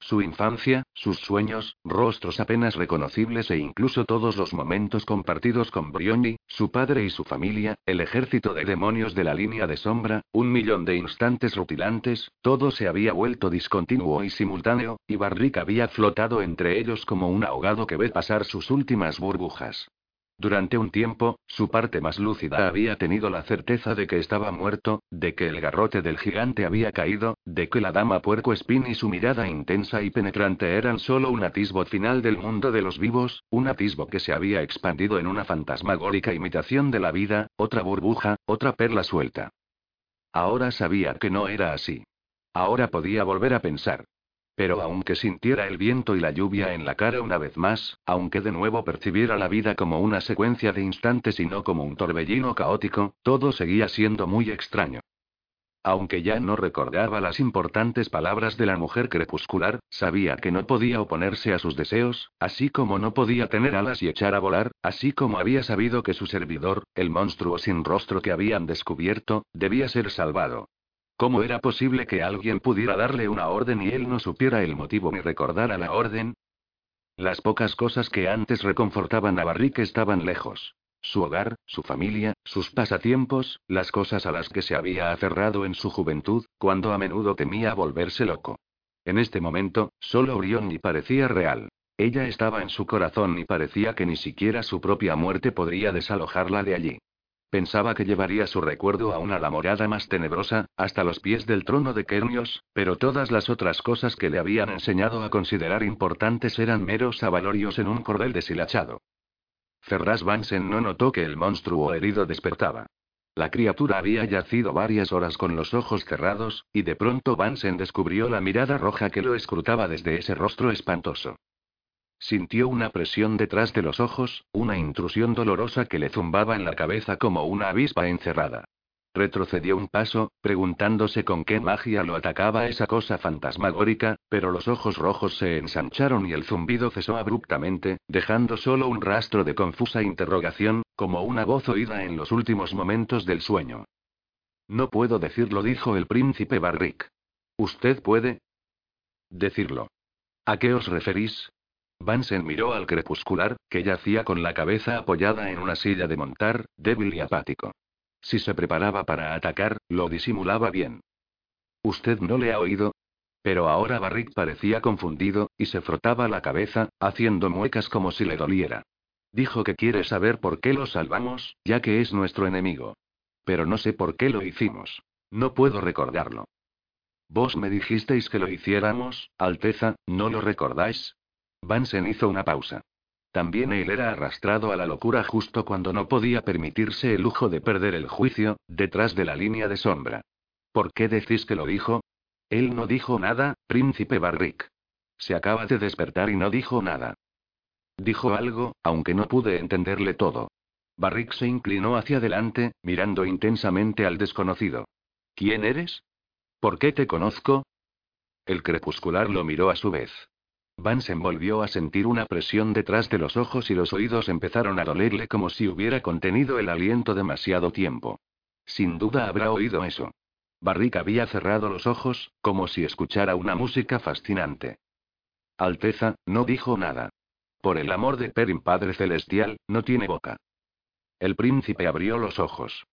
Su infancia, sus sueños, rostros apenas reconocibles e incluso todos los momentos compartidos con Briony, su padre y su familia, el ejército de demonios de la línea de sombra, un millón de instantes rutilantes, todo se había vuelto discontinuo y simultáneo, y Barrick había flotado entre ellos como un ahogado que ve pasar sus últimas burbujas. Durante un tiempo, su parte más lúcida había tenido la certeza de que estaba muerto, de que el garrote del gigante había caído, de que la dama puercoespín y su mirada intensa y penetrante eran solo un atisbo final del mundo de los vivos, un atisbo que se había expandido en una fantasmagórica imitación de la vida, otra burbuja, otra perla suelta. Ahora sabía que no era así. Ahora podía volver a pensar. Pero aunque sintiera el viento y la lluvia en la cara una vez más, aunque de nuevo percibiera la vida como una secuencia de instantes y no como un torbellino caótico, todo seguía siendo muy extraño. Aunque ya no recordaba las importantes palabras de la mujer crepuscular, sabía que no podía oponerse a sus deseos, así como no podía tener alas y echar a volar, así como había sabido que su servidor, el monstruo sin rostro que habían descubierto, debía ser salvado. ¿Cómo era posible que alguien pudiera darle una orden y él no supiera el motivo ni recordara la orden? Las pocas cosas que antes reconfortaban a Barrick estaban lejos. Su hogar, su familia, sus pasatiempos, las cosas a las que se había aferrado en su juventud, cuando a menudo temía volverse loco. En este momento, solo Briony parecía real. Ella estaba en su corazón y parecía que ni siquiera su propia muerte podría desalojarla de allí. Pensaba que llevaría su recuerdo aún a la morada más tenebrosa, hasta los pies del trono de Kernios, pero todas las otras cosas que le habían enseñado a considerar importantes eran meros avalorios en un cordel deshilachado. Ferraz Vansen no notó que el monstruo herido despertaba. La criatura había yacido varias horas con los ojos cerrados, y de pronto Vansen descubrió la mirada roja que lo escrutaba desde ese rostro espantoso. Sintió una presión detrás de los ojos, una intrusión dolorosa que le zumbaba en la cabeza como una avispa encerrada. Retrocedió un paso, preguntándose con qué magia lo atacaba esa cosa fantasmagórica, pero los ojos rojos se ensancharon y el zumbido cesó abruptamente, dejando solo un rastro de confusa interrogación, como una voz oída en los últimos momentos del sueño. No puedo decirlo, dijo el príncipe Barrick. ¿Usted puede decirlo? ¿A qué os referís? Vansen miró al crepuscular, que yacía con la cabeza apoyada en una silla de montar, débil y apático. Si se preparaba para atacar, lo disimulaba bien. ¿Usted no le ha oído? Pero ahora Barrick parecía confundido, y se frotaba la cabeza, haciendo muecas como si le doliera. Dijo que quiere saber por qué lo salvamos, ya que es nuestro enemigo. Pero no sé por qué lo hicimos. No puedo recordarlo. Vos me dijisteis que lo hiciéramos, Alteza, ¿no lo recordáis? Vansen hizo una pausa. También él era arrastrado a la locura justo cuando no podía permitirse el lujo de perder el juicio, detrás de la línea de sombra. ¿Por qué decís que lo dijo? Él no dijo nada, príncipe Barrick. Se acaba de despertar y no dijo nada. Dijo algo, aunque no pude entenderle todo. Barrick se inclinó hacia adelante, mirando intensamente al desconocido. ¿Quién eres? ¿Por qué te conozco? El crepuscular lo miró a su vez. Vansen volvió a sentir una presión detrás de los ojos y los oídos empezaron a dolerle como si hubiera contenido el aliento demasiado tiempo. Sin duda habrá oído eso. Barrick había cerrado los ojos, como si escuchara una música fascinante. Alteza, no dijo nada. Por el amor de Perrin Padre Celestial, no tiene boca. El príncipe abrió los ojos.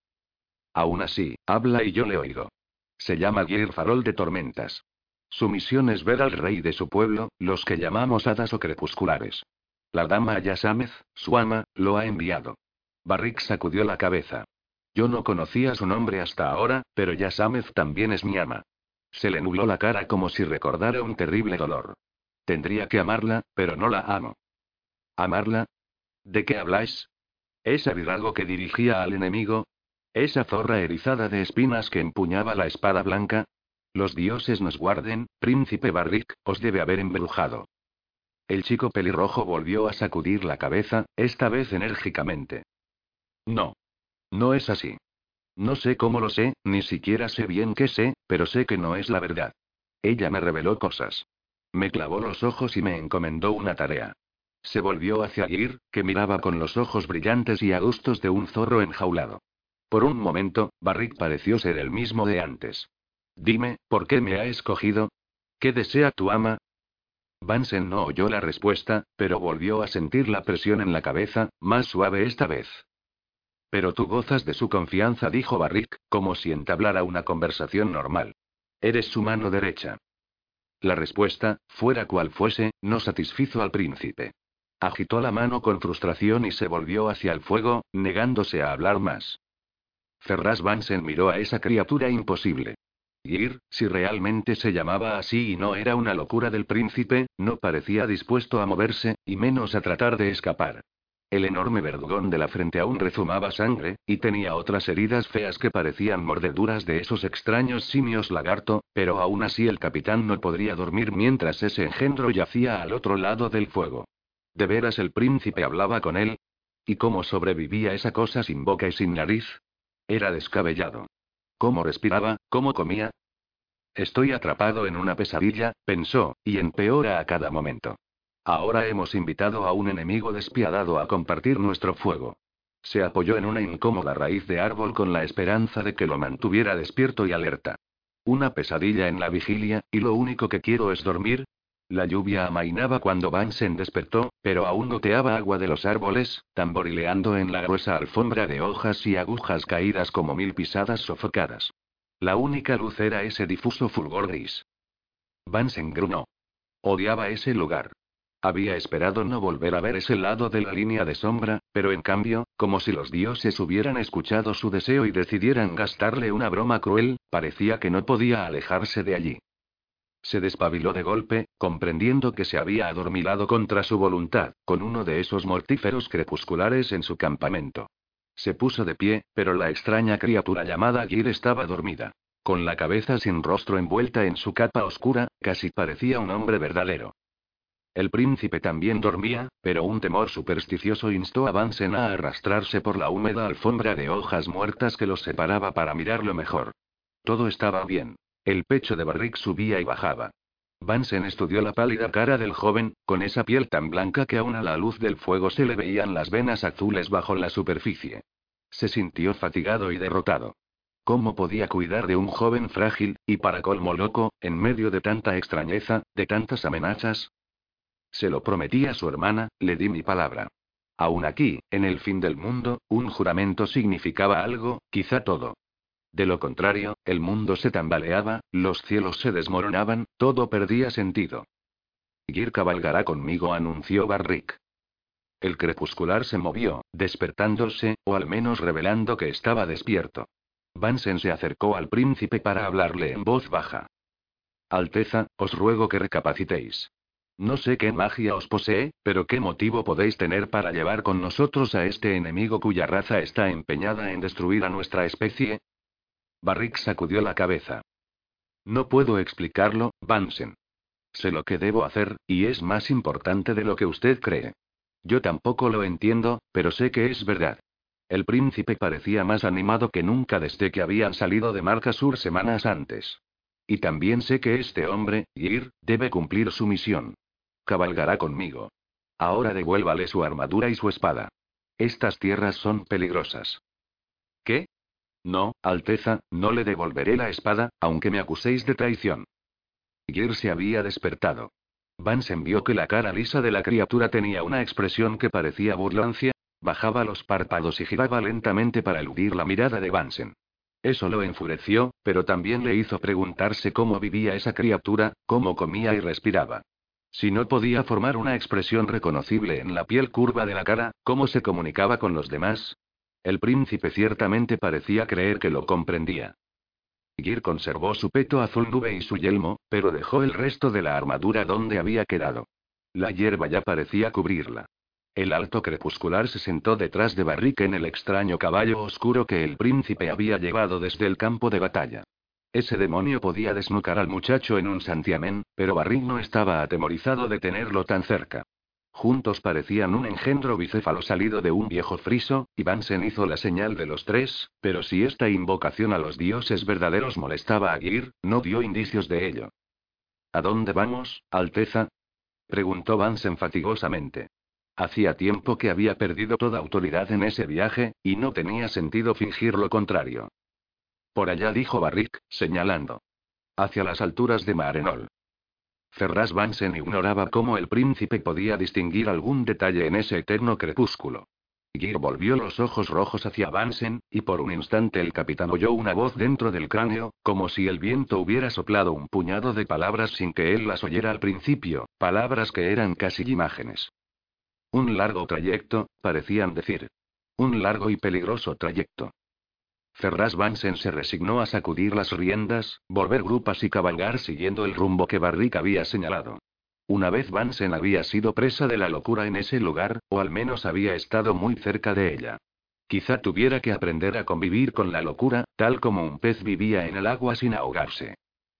Aún así, habla y yo le oigo. Se llama Geir Farol de Tormentas. Su misión es ver al rey de su pueblo, los que llamamos hadas o crepusculares. La dama Yasamez, su ama, lo ha enviado. Barrick sacudió la cabeza. Yo no conocía su nombre hasta ahora, pero Yasamez también es mi ama. Se le nubló la cara como si recordara un terrible dolor. Tendría que amarla, pero no la amo. ¿Amarla? ¿De qué habláis? ¿Esa virago que dirigía al enemigo? ¿Esa zorra erizada de espinas que empuñaba la espada blanca? Los dioses nos guarden, príncipe Barrick, os debe haber embrujado. El chico pelirrojo volvió a sacudir la cabeza, esta vez enérgicamente. No. No es así. No sé cómo lo sé, ni siquiera sé bien qué sé, pero sé que no es la verdad. Ella me reveló cosas. Me clavó los ojos y me encomendó una tarea. Se volvió hacia Geir, que miraba con los ojos brillantes y adustos de un zorro enjaulado. Por un momento, Barrick pareció ser el mismo de antes. Dime, ¿por qué me ha escogido? ¿Qué desea tu ama? Vansen no oyó la respuesta, pero volvió a sentir la presión en la cabeza, más suave esta vez. Pero tú gozas de su confianza, dijo Barrick, como si entablara una conversación normal. Eres su mano derecha. La respuesta, fuera cual fuese, no satisfizo al príncipe. Agitó la mano con frustración y se volvió hacia el fuego, negándose a hablar más. Ferraz Vansen miró a esa criatura imposible. Gir, si realmente se llamaba así y no era una locura del príncipe, no parecía dispuesto a moverse, y menos a tratar de escapar. El enorme verdugón de la frente aún rezumaba sangre, y tenía otras heridas feas que parecían mordeduras de esos extraños simios lagarto, pero aún así el capitán no podría dormir mientras ese engendro yacía al otro lado del fuego. ¿De veras el príncipe hablaba con él? ¿Y cómo sobrevivía esa cosa sin boca y sin nariz? Era descabellado. ¿Cómo respiraba? ¿Cómo comía? Estoy atrapado en una pesadilla, pensó, y empeora a cada momento. Ahora hemos invitado a un enemigo despiadado a compartir nuestro fuego. Se apoyó en una incómoda raíz de árbol con la esperanza de que lo mantuviera despierto y alerta. Una pesadilla en la vigilia, y lo único que quiero es dormir. La lluvia amainaba cuando Vansen despertó, pero aún goteaba agua de los árboles, tamborileando en la gruesa alfombra de hojas y agujas caídas como mil pisadas sofocadas. La única luz era ese difuso fulgor gris. Vansen gruñó. Odiaba ese lugar. Había esperado no volver a ver ese lado de la línea de sombra, pero en cambio, como si los dioses hubieran escuchado su deseo y decidieran gastarle una broma cruel, parecía que no podía alejarse de allí. Se despabiló de golpe, comprendiendo que se había adormilado contra su voluntad, con uno de esos mortíferos crepusculares en su campamento. Se puso de pie, pero la extraña criatura llamada Gir estaba dormida. Con la cabeza sin rostro envuelta en su capa oscura, casi parecía un hombre verdadero. El príncipe también dormía, pero un temor supersticioso instó a Vansen a arrastrarse por la húmeda alfombra de hojas muertas que los separaba para mirarlo mejor. Todo estaba bien. El pecho de Barrick subía y bajaba. Vansen estudió la pálida cara del joven, con esa piel tan blanca que aún a la luz del fuego se le veían las venas azules bajo la superficie. Se sintió fatigado y derrotado. ¿Cómo podía cuidar de un joven frágil, y para colmo loco, en medio de tanta extrañeza, de tantas amenazas? Se lo prometí a su hermana, le di mi palabra. Aún aquí, en el fin del mundo, un juramento significaba algo, quizá todo. De lo contrario, el mundo se tambaleaba, los cielos se desmoronaban, todo perdía sentido. Gir cabalgará conmigo, anunció Barrick. El crepuscular se movió, despertándose, o al menos revelando que estaba despierto. Vansen se acercó al príncipe para hablarle en voz baja. Alteza, os ruego que recapacitéis. No sé qué magia os posee, pero qué motivo podéis tener para llevar con nosotros a este enemigo cuya raza está empeñada en destruir a nuestra especie. Barrick sacudió la cabeza. No puedo explicarlo, Vansen. Sé lo que debo hacer, y es más importante de lo que usted cree. Yo tampoco lo entiendo, pero sé que es verdad. El príncipe parecía más animado que nunca desde que habían salido de Marca Sur semanas antes. Y también sé que este hombre, Gir, debe cumplir su misión. Cabalgará conmigo. Ahora devuélvale su armadura y su espada. Estas tierras son peligrosas. ¿Qué? No, Alteza, no le devolveré la espada, aunque me acuséis de traición. Gir se había despertado. Vansen vio que la cara lisa de la criatura tenía una expresión que parecía burlancia, bajaba los párpados y giraba lentamente para eludir la mirada de Vansen. Eso lo enfureció, pero también le hizo preguntarse cómo vivía esa criatura, cómo comía y respiraba. Si no podía formar una expresión reconocible en la piel curva de la cara, ¿cómo se comunicaba con los demás? El príncipe ciertamente parecía creer que lo comprendía. Gir conservó su peto azul nube y su yelmo, pero dejó el resto de la armadura donde había quedado. La hierba ya parecía cubrirla. El alto crepuscular se sentó detrás de Barrick en el extraño caballo oscuro que el príncipe había llevado desde el campo de batalla. Ese demonio podía desnucar al muchacho en un santiamén, pero Barrick no estaba atemorizado de tenerlo tan cerca. Juntos parecían un engendro bicéfalo salido de un viejo friso, y Vansen hizo la señal de los tres, pero si esta invocación a los dioses verdaderos molestaba a Gir, no dio indicios de ello. ¿A dónde vamos, Alteza? Preguntó Vansen fatigosamente. Hacía tiempo que había perdido toda autoridad en ese viaje, y no tenía sentido fingir lo contrario. Por allá, dijo Barrick, señalando. Hacia las alturas de Marenol. Ferraz Vansen ignoraba cómo el príncipe podía distinguir algún detalle en ese eterno crepúsculo. Gir volvió los ojos rojos hacia Vansen, y por un instante el capitán oyó una voz dentro del cráneo, como si el viento hubiera soplado un puñado de palabras sin que él las oyera al principio, palabras que eran casi imágenes. Un largo trayecto, parecían decir. Un largo y peligroso trayecto. Ferraz Vansen se resignó a sacudir las riendas, volver grupas y cabalgar siguiendo el rumbo que Barrick había señalado. Una vez Vansen había sido presa de la locura en ese lugar, o al menos había estado muy cerca de ella. Quizá tuviera que aprender a convivir con la locura, tal como un pez vivía en el agua sin ahogarse.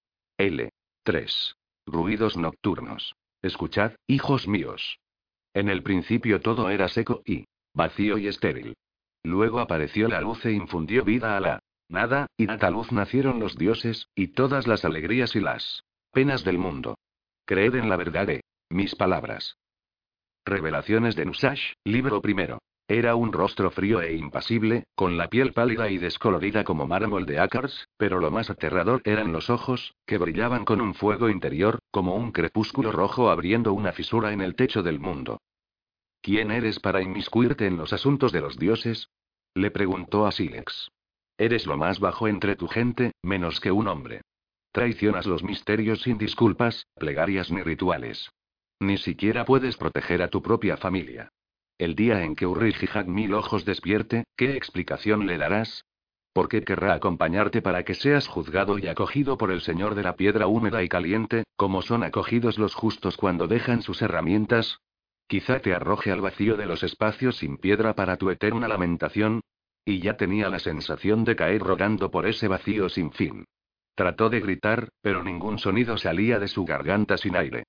L. tres. Ruidos nocturnos. Escuchad, hijos míos. En el principio todo era seco y vacío y estéril. Luego apareció la luz e infundió vida a la nada, y de esta luz nacieron los dioses, y todas las alegrías y las penas del mundo. Creed en la verdad de mis palabras. Revelaciones de Nusash, libro primero. Era un rostro frío e impasible, con la piel pálida y descolorida como mármol de Akars, pero lo más aterrador eran los ojos, que brillaban con un fuego interior, como un crepúsculo rojo abriendo una fisura en el techo del mundo. ¿Quién eres para inmiscuirte en los asuntos de los dioses? Le preguntó a Silex. Eres lo más bajo entre tu gente, menos que un hombre. Traicionas los misterios sin disculpas, plegarias ni rituales. Ni siquiera puedes proteger a tu propia familia. El día en que Urrijihak Mil Ojos despierte, ¿qué explicación le darás? ¿Por qué querrá acompañarte para que seas juzgado y acogido por el Señor de la Piedra Húmeda y Caliente, como son acogidos los justos cuando dejan sus herramientas? Quizá te arroje al vacío de los espacios sin piedra para tu eterna lamentación. Y ya tenía la sensación de caer rodando por ese vacío sin fin. Trató de gritar, pero ningún sonido salía de su garganta sin aire.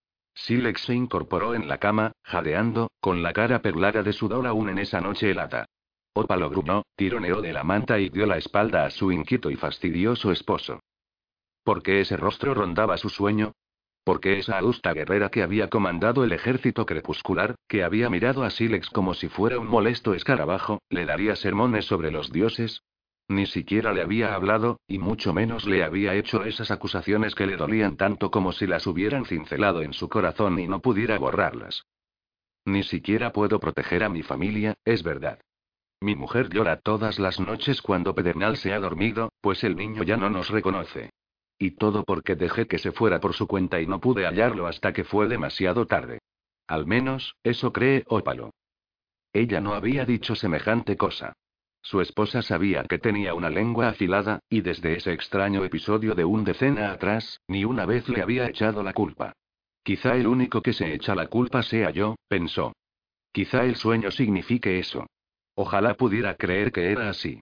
Silex se incorporó en la cama, jadeando, con la cara perlada de sudor aún en esa noche helada. Ópalo gruñó, tironeó de la manta y dio la espalda a su inquieto y fastidioso esposo. ¿Por qué ese rostro rondaba su sueño? ¿Por qué esa adusta guerrera que había comandado el ejército crepuscular, que había mirado a Silex como si fuera un molesto escarabajo, le daría sermones sobre los dioses? Ni siquiera le había hablado, y mucho menos le había hecho esas acusaciones que le dolían tanto como si las hubieran cincelado en su corazón y no pudiera borrarlas. Ni siquiera puedo proteger a mi familia, es verdad. Mi mujer llora todas las noches cuando Pedernal se ha dormido, pues el niño ya no nos reconoce. Y todo porque dejé que se fuera por su cuenta y no pude hallarlo hasta que fue demasiado tarde. Al menos, eso cree Ópalo. Ella no había dicho semejante cosa. Su esposa sabía que tenía una lengua afilada, y desde ese extraño episodio de un decena atrás, ni una vez le había echado la culpa. Quizá el único que se echa la culpa sea yo, pensó. Quizá el sueño signifique eso. Ojalá pudiera creer que era así.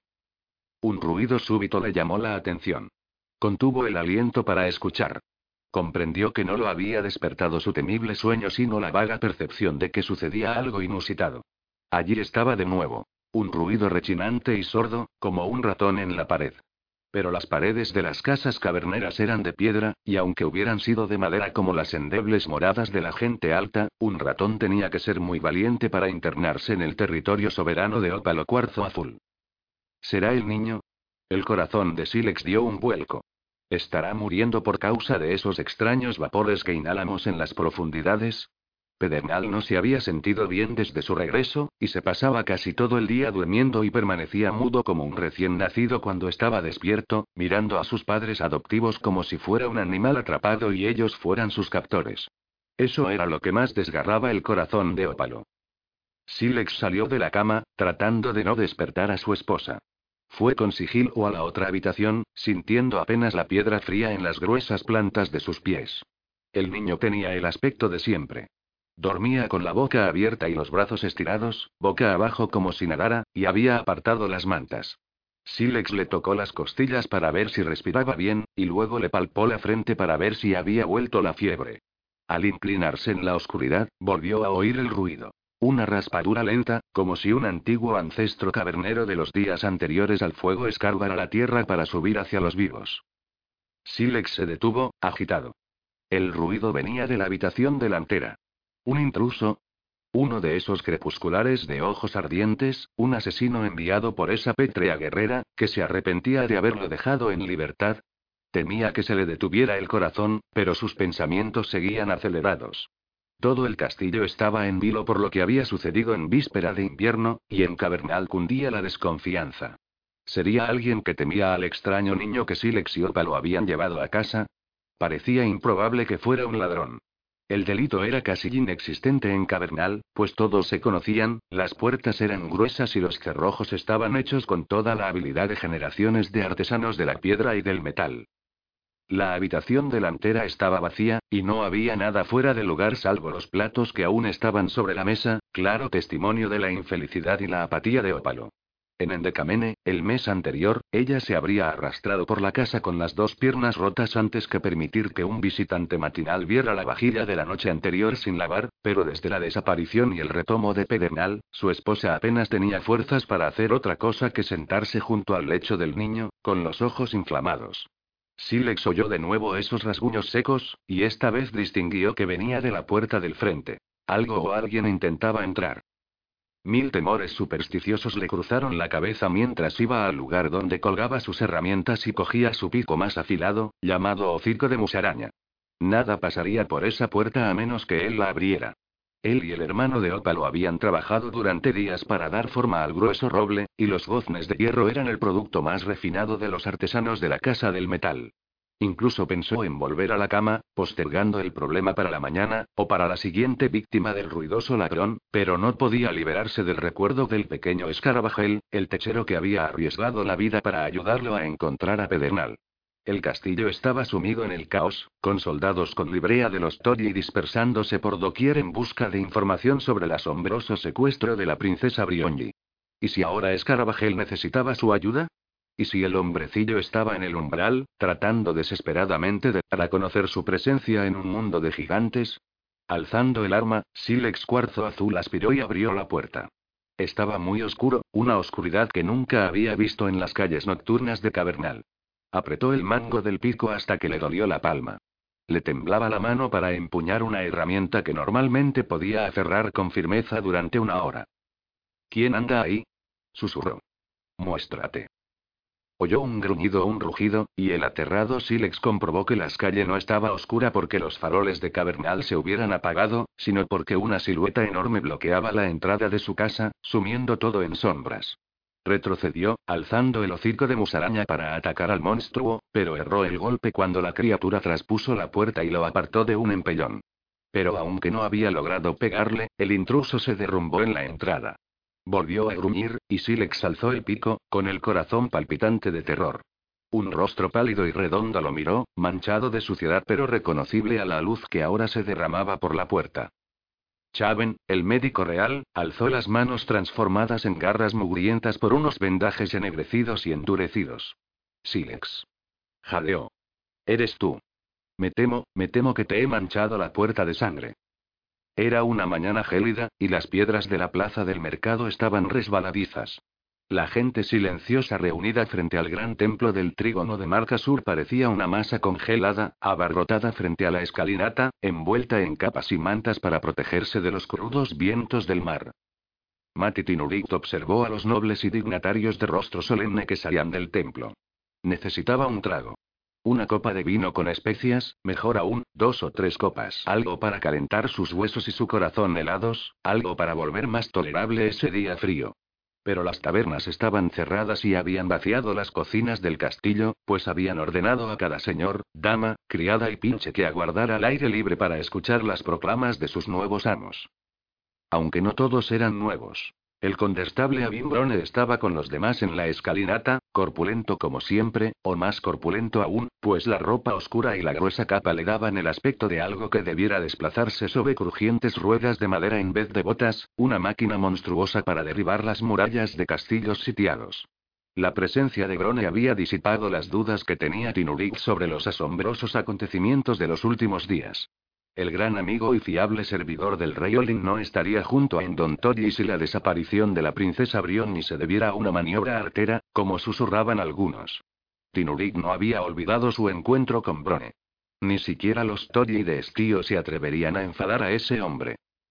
Un ruido súbito le llamó la atención. Contuvo el aliento para escuchar. Comprendió que no lo había despertado su temible sueño sino la vaga percepción de que sucedía algo inusitado. Allí estaba de nuevo. Un ruido rechinante y sordo, como un ratón en la pared. Pero las paredes de las casas caverneras eran de piedra, y aunque hubieran sido de madera como las endebles moradas de la gente alta, un ratón tenía que ser muy valiente para internarse en el territorio soberano de Ópalo Cuarzo Azul. ¿Será el niño? El corazón de Silex dio un vuelco. ¿Estará muriendo por causa de esos extraños vapores que inhalamos en las profundidades? Pedernal no se había sentido bien desde su regreso, y se pasaba casi todo el día durmiendo y permanecía mudo como un recién nacido cuando estaba despierto, mirando a sus padres adoptivos como si fuera un animal atrapado y ellos fueran sus captores. Eso era lo que más desgarraba el corazón de Ópalo. Silex salió de la cama, tratando de no despertar a su esposa. Fue con sigilo a la otra habitación, sintiendo apenas la piedra fría en las gruesas plantas de sus pies. El niño tenía el aspecto de siempre. Dormía con la boca abierta y los brazos estirados, boca abajo como si nadara, y había apartado las mantas. Silex le tocó las costillas para ver si respiraba bien, y luego le palpó la frente para ver si había vuelto la fiebre. Al inclinarse en la oscuridad, volvió a oír el ruido. Una raspadura lenta, como si un antiguo ancestro cavernero de los días anteriores al fuego escarbara la tierra para subir hacia los vivos. Silex se detuvo, agitado. El ruido venía de la habitación delantera. ¿Un intruso? ¿Uno de esos crepusculares de ojos ardientes, un asesino enviado por esa pétrea guerrera, que se arrepentía de haberlo dejado en libertad? Temía que se le detuviera el corazón, pero sus pensamientos seguían acelerados. Todo el castillo estaba en vilo por lo que había sucedido en víspera de invierno, y en Cavernal cundía la desconfianza. ¿Sería alguien que temía al extraño niño que Silex y Opa lo habían llevado a casa? Parecía improbable que fuera un ladrón. El delito era casi inexistente en Cavernal, pues todos se conocían, las puertas eran gruesas y los cerrojos estaban hechos con toda la habilidad de generaciones de artesanos de la piedra y del metal. La habitación delantera estaba vacía, y no había nada fuera de lugar salvo los platos que aún estaban sobre la mesa, claro testimonio de la infelicidad y la apatía de Ópalo. En Endecamene, el mes anterior, ella se habría arrastrado por la casa con las dos piernas rotas antes que permitir que un visitante matinal viera la vajilla de la noche anterior sin lavar, pero desde la desaparición y el retomo de Pedernal, su esposa apenas tenía fuerzas para hacer otra cosa que sentarse junto al lecho del niño, con los ojos inflamados. Silex oyó de nuevo esos rasguños secos, y esta vez distinguió que venía de la puerta del frente. Algo o alguien intentaba entrar. Mil temores supersticiosos le cruzaron la cabeza mientras iba al lugar donde colgaba sus herramientas y cogía su pico más afilado, llamado hocico de musaraña. Nada pasaría por esa puerta a menos que él la abriera. Él y el hermano de Ópalo habían trabajado durante días para dar forma al grueso roble, y los goznes de hierro eran el producto más refinado de los artesanos de la Casa del Metal. Incluso pensó en volver a la cama, postergando el problema para la mañana, o para la siguiente víctima del ruidoso ladrón, pero no podía liberarse del recuerdo del pequeño Escarabajel, el techero que había arriesgado la vida para ayudarlo a encontrar a Pedernal. El castillo estaba sumido en el caos, con soldados con librea de los Tolli dispersándose por doquier en busca de información sobre el asombroso secuestro de la princesa Brionni. ¿Y si ahora Escarabajel necesitaba su ayuda? ¿Y si el hombrecillo estaba en el umbral, tratando desesperadamente de dar a conocer su presencia en un mundo de gigantes? Alzando el arma, Silex Cuarzo Azul aspiró y abrió la puerta. Estaba muy oscuro, una oscuridad que nunca había visto en las calles nocturnas de Cavernal. Apretó el mango del pico hasta que le dolió la palma. Le temblaba la mano para empuñar una herramienta que normalmente podía aferrar con firmeza durante una hora. ¿Quién anda ahí?, susurró. Muéstrate. Oyó un gruñido o un rugido, y el aterrado Silex comprobó que la calle no estaba oscura porque los faroles de Cavernal se hubieran apagado, sino porque una silueta enorme bloqueaba la entrada de su casa, sumiendo todo en sombras. Retrocedió, alzando el hocico de musaraña para atacar al monstruo, pero erró el golpe cuando la criatura traspuso la puerta y lo apartó de un empellón. Pero aunque no había logrado pegarle, el intruso se derrumbó en la entrada. Volvió a gruñir, y Silex alzó el pico, con el corazón palpitante de terror. Un rostro pálido y redondo lo miró, manchado de suciedad pero reconocible a la luz que ahora se derramaba por la puerta. Chaven, el médico real, alzó las manos transformadas en garras mugrientas por unos vendajes ennegrecidos y endurecidos. Silex. Jadeó. Eres tú. Me temo, me temo que te he manchado la puerta de sangre. Era una mañana gélida, y las piedras de la plaza del mercado estaban resbaladizas. La gente silenciosa reunida frente al gran templo del trígono de Marca Sur parecía una masa congelada, abarrotada frente a la escalinata, envuelta en capas y mantas para protegerse de los crudos vientos del mar. Mati Tinurit observó a los nobles y dignatarios de rostro solemne que salían del templo. Necesitaba un trago. Una copa de vino con especias, mejor aún, dos o tres copas. Algo para calentar sus huesos y su corazón helados, algo para volver más tolerable ese día frío. Pero las tabernas estaban cerradas y habían vaciado las cocinas del castillo, pues habían ordenado a cada señor, dama, criada y pinche que aguardara al aire libre para escuchar las proclamas de sus nuevos amos. Aunque no todos eran nuevos. El condestable Abim Brone estaba con los demás en la escalinata, corpulento como siempre, o más corpulento aún, pues la ropa oscura y la gruesa capa le daban el aspecto de algo que debiera desplazarse sobre crujientes ruedas de madera en vez de botas, una máquina monstruosa para derribar las murallas de castillos sitiados. La presencia de Brone había disipado las dudas que tenía Tinurit sobre los asombrosos acontecimientos de los últimos días. El gran amigo y fiable servidor del rey Olin no estaría junto a Indontoji si la desaparición de la princesa Brionni se debiera a una maniobra artera, como susurraban algunos. Tinurit no había olvidado su encuentro con Brone. Ni siquiera los Tolli de estío se atreverían a enfadar a ese hombre.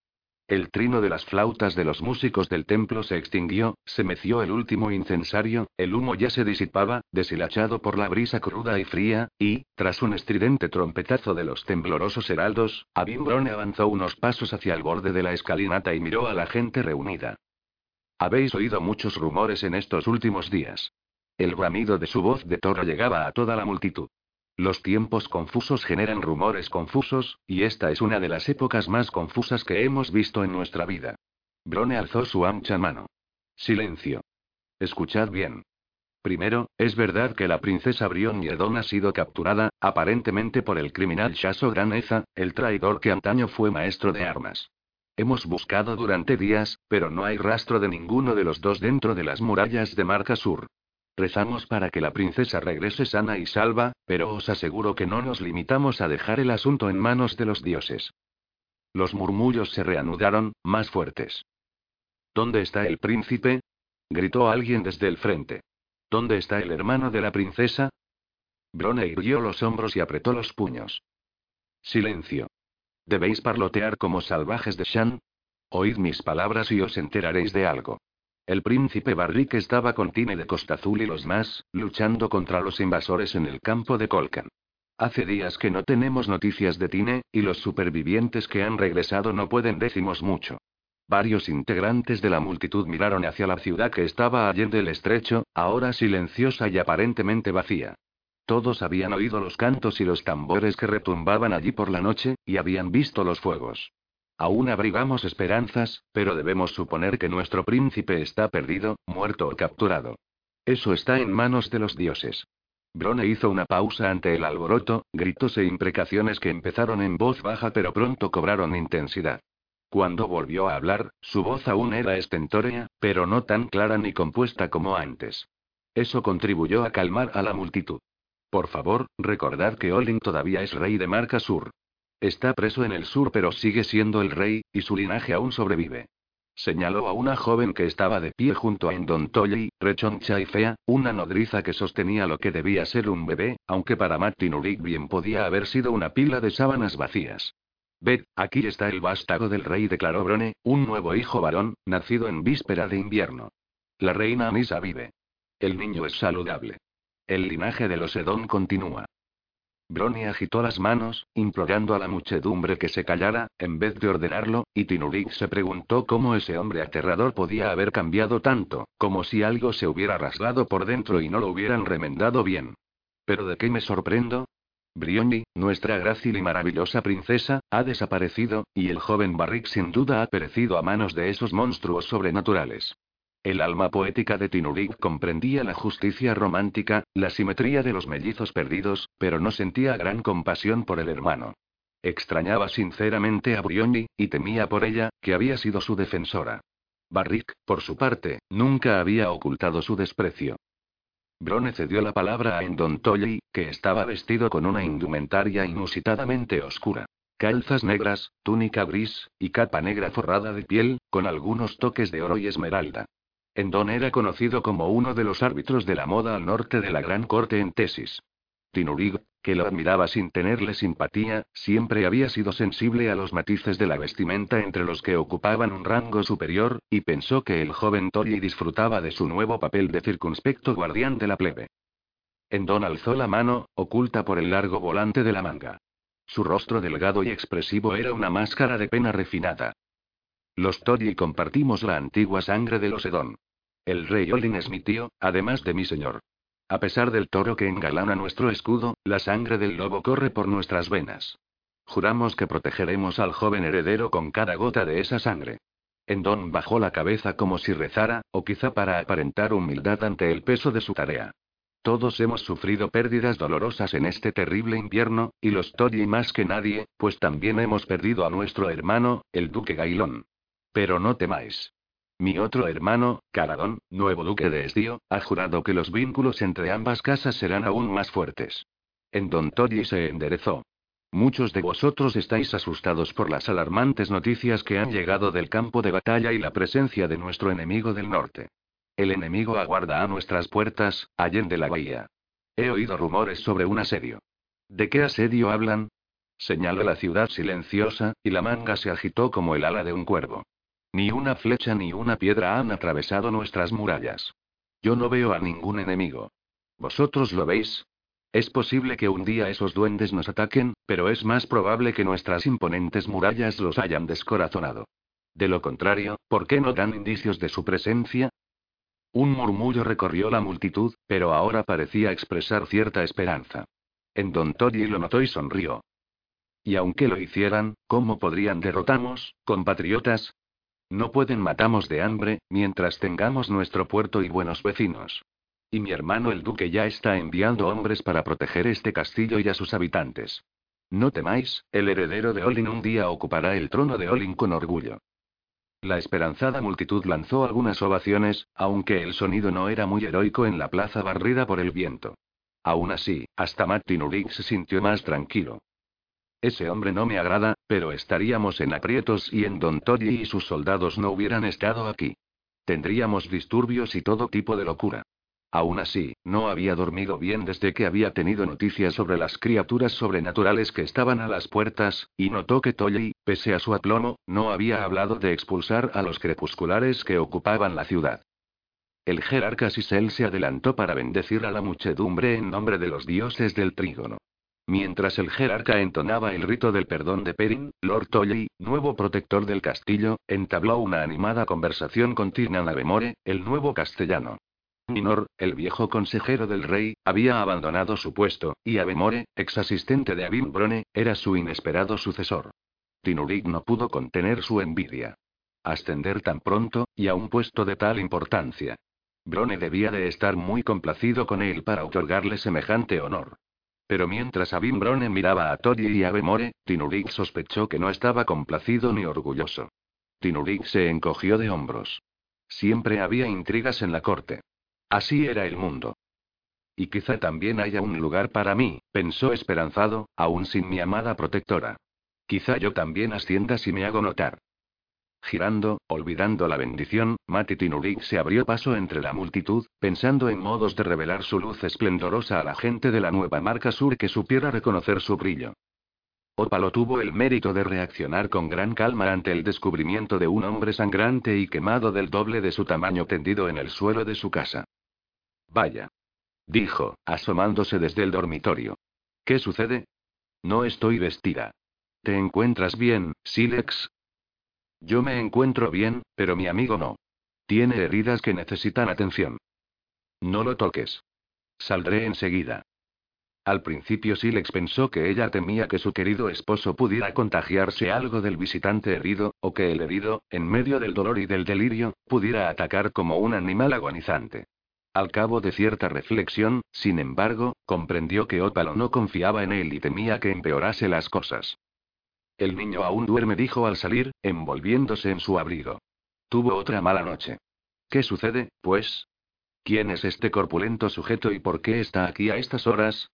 El trino de las flautas de los músicos del templo se extinguió, se meció el último incensario, el humo ya se disipaba, deshilachado por la brisa cruda y fría, y, tras un estridente trompetazo de los temblorosos heraldos, Abim Brone avanzó unos pasos hacia el borde de la escalinata y miró a la gente reunida. Habéis oído muchos rumores en estos últimos días. El bramido de su voz de toro llegaba a toda la multitud. Los tiempos confusos generan rumores confusos, y esta es una de las épocas más confusas que hemos visto en nuestra vida. Brone alzó su ancha mano. Silencio. Escuchad bien. Primero, es verdad que la princesa Brion Yedon ha sido capturada, aparentemente por el criminal Shaso Graneza, el traidor que antaño fue maestro de armas. Hemos buscado durante días, pero no hay rastro de ninguno de los dos dentro de las murallas de Marca Sur. Rezamos para que la princesa regrese sana y salva, pero os aseguro que no nos limitamos a dejar el asunto en manos de los dioses. Los murmullos se reanudaron, más fuertes. ¿Dónde está el príncipe?, gritó alguien desde el frente. ¿Dónde está el hermano de la princesa? Brone irguió los hombros y apretó los puños. Silencio. ¿Debéis parlotear como salvajes de Shan? Oíd mis palabras y os enteraréis de algo. El príncipe Barrick estaba con Tine de Costa Azul y los más, luchando contra los invasores en el campo de Colcan. Hace días que no tenemos noticias de Tine, y los supervivientes que han regresado no pueden decirnos mucho. Varios integrantes de la multitud miraron hacia la ciudad que estaba allende el estrecho, ahora silenciosa y aparentemente vacía. Todos habían oído los cantos y los tambores que retumbaban allí por la noche, y habían visto los fuegos. Aún abrigamos esperanzas, pero debemos suponer que nuestro príncipe está perdido, muerto o capturado. Eso está en manos de los dioses. Brone hizo una pausa ante el alboroto, gritos e imprecaciones que empezaron en voz baja pero pronto cobraron intensidad. Cuando volvió a hablar, su voz aún era estentórea, pero no tan clara ni compuesta como antes. Eso contribuyó a calmar a la multitud. Por favor, recordad que Olin todavía es rey de Marca Sur. Está preso en el sur pero sigue siendo el rey, y su linaje aún sobrevive. Señaló a una joven que estaba de pie junto a Endontoyi, rechoncha y fea, una nodriza que sostenía lo que debía ser un bebé, aunque para Matinurik bien podía haber sido una pila de sábanas vacías. Ved, aquí está el vástago del rey, declaró Brone, un nuevo hijo varón, nacido en víspera de invierno. La reina Anisa vive. El niño es saludable. El linaje de los Edón continúa. Brone agitó las manos, implorando a la muchedumbre que se callara, en vez de ordenarlo, y Tinurik se preguntó cómo ese hombre aterrador podía haber cambiado tanto, como si algo se hubiera rasgado por dentro y no lo hubieran remendado bien. ¿Pero de qué me sorprendo? Brioni, nuestra grácil y maravillosa princesa, ha desaparecido, y el joven Barrick sin duda ha perecido a manos de esos monstruos sobrenaturales. El alma poética de Tinurik comprendía la justicia romántica, la simetría de los mellizos perdidos, pero no sentía gran compasión por el hermano. Extrañaba sinceramente a Brioni, y temía por ella, que había sido su defensora. Barrick, por su parte, nunca había ocultado su desprecio. Brone cedió la palabra a Endontoyi, que estaba vestido con una indumentaria inusitadamente oscura. Calzas negras, túnica gris, y capa negra forrada de piel, con algunos toques de oro y esmeralda. Endon era conocido como uno de los árbitros de la moda al norte de la gran corte en Tesis. Tinurik, que lo admiraba sin tenerle simpatía, siempre había sido sensible a los matices de la vestimenta entre los que ocupaban un rango superior, y pensó que el joven Toyi disfrutaba de su nuevo papel de circunspecto guardián de la plebe. Endon alzó la mano, oculta por el largo volante de la manga. Su rostro delgado y expresivo era una máscara de pena refinada. Los Toyi compartimos la antigua sangre de los Edón. El rey Olin es mi tío, además de mi señor. A pesar del toro que engalana nuestro escudo, la sangre del lobo corre por nuestras venas. Juramos que protegeremos al joven heredero con cada gota de esa sangre. Endon bajó la cabeza como si rezara, o quizá para aparentar humildad ante el peso de su tarea. Todos hemos sufrido pérdidas dolorosas en este terrible invierno, y los Toyi más que nadie, pues también hemos perdido a nuestro hermano, el duque Gailón. Pero no temáis. Mi otro hermano, Caradón, nuevo duque de Estío, ha jurado que los vínculos entre ambas casas serán aún más fuertes. Endontoyi se enderezó. Muchos de vosotros estáis asustados por las alarmantes noticias que han llegado del campo de batalla y la presencia de nuestro enemigo del norte. El enemigo aguarda a nuestras puertas, allende la bahía. He oído rumores sobre un asedio. ¿De qué asedio hablan? Señaló la ciudad silenciosa, y la manga se agitó como el ala de un cuervo. Ni una flecha ni una piedra han atravesado nuestras murallas. Yo no veo a ningún enemigo. ¿Vosotros lo veis? Es posible que un día esos duendes nos ataquen, pero es más probable que nuestras imponentes murallas los hayan descorazonado. De lo contrario, ¿por qué no dan indicios de su presencia? Un murmullo recorrió la multitud, pero ahora parecía expresar cierta esperanza. En Don Toddy lo notó y sonrió. Y aunque lo hicieran, ¿cómo podrían derrotarnos, compatriotas? No pueden matarnos de hambre, mientras tengamos nuestro puerto y buenos vecinos. Y mi hermano el duque ya está enviando hombres para proteger este castillo y a sus habitantes. No temáis, el heredero de Olin un día ocupará el trono de Olin con orgullo. La esperanzada multitud lanzó algunas ovaciones, aunque el sonido no era muy heroico en la plaza barrida por el viento. Aún así, hasta Martin Ulrich se sintió más tranquilo. Ese hombre no me agrada, pero estaríamos en aprietos y en Don Toddy y sus soldados no hubieran estado aquí. Tendríamos disturbios y todo tipo de locura. Aún así, no había dormido bien desde que había tenido noticias sobre las criaturas sobrenaturales que estaban a las puertas, y notó que Tolly, pese a su aplomo, no había hablado de expulsar a los crepusculares que ocupaban la ciudad. El jerarca Sisel se adelantó para bendecir a la muchedumbre en nombre de los dioses del trígono. Mientras el jerarca entonaba el rito del perdón de Perrin, Lord Tolly, nuevo protector del castillo, entabló una animada conversación con Tirnan Abemore, el nuevo castellano. Minor, el viejo consejero del rey, había abandonado su puesto, y Abemore, ex asistente de Abim Brone, era su inesperado sucesor. Tinurig no pudo contener su envidia. Ascender tan pronto, y a un puesto de tal importancia. Brone debía de estar muy complacido con él para otorgarle semejante honor. Pero mientras Abim Brone miraba a Toddy y Abemore, Tinurig sospechó que no estaba complacido ni orgulloso. Tinurig se encogió de hombros. Siempre había intrigas en la corte. Así era el mundo. Y quizá también haya un lugar para mí, pensó esperanzado, aún sin mi amada protectora. Quizá yo también ascienda si me hago notar. Girando, olvidando la bendición, Mati Tinurig se abrió paso entre la multitud, pensando en modos de revelar su luz esplendorosa a la gente de la nueva marca sur que supiera reconocer su brillo. Ópalo tuvo el mérito de reaccionar con gran calma ante el descubrimiento de un hombre sangrante y quemado del doble de su tamaño tendido en el suelo de su casa. Vaya. Dijo, asomándose desde el dormitorio. ¿Qué sucede? No estoy vestida. ¿Te encuentras bien, Silex? Yo me encuentro bien, pero mi amigo no. Tiene heridas que necesitan atención. No lo toques. Saldré enseguida. Al principio Silex pensó que ella temía que su querido esposo pudiera contagiarse algo del visitante herido, o que el herido, en medio del dolor y del delirio, pudiera atacar como un animal agonizante. Al cabo de cierta reflexión, sin embargo, comprendió que Ópalo no confiaba en él y temía que empeorase las cosas. El niño aún duerme, dijo al salir, envolviéndose en su abrigo. Tuvo otra mala noche. ¿Qué sucede, pues? ¿Quién es este corpulento sujeto y por qué está aquí a estas horas?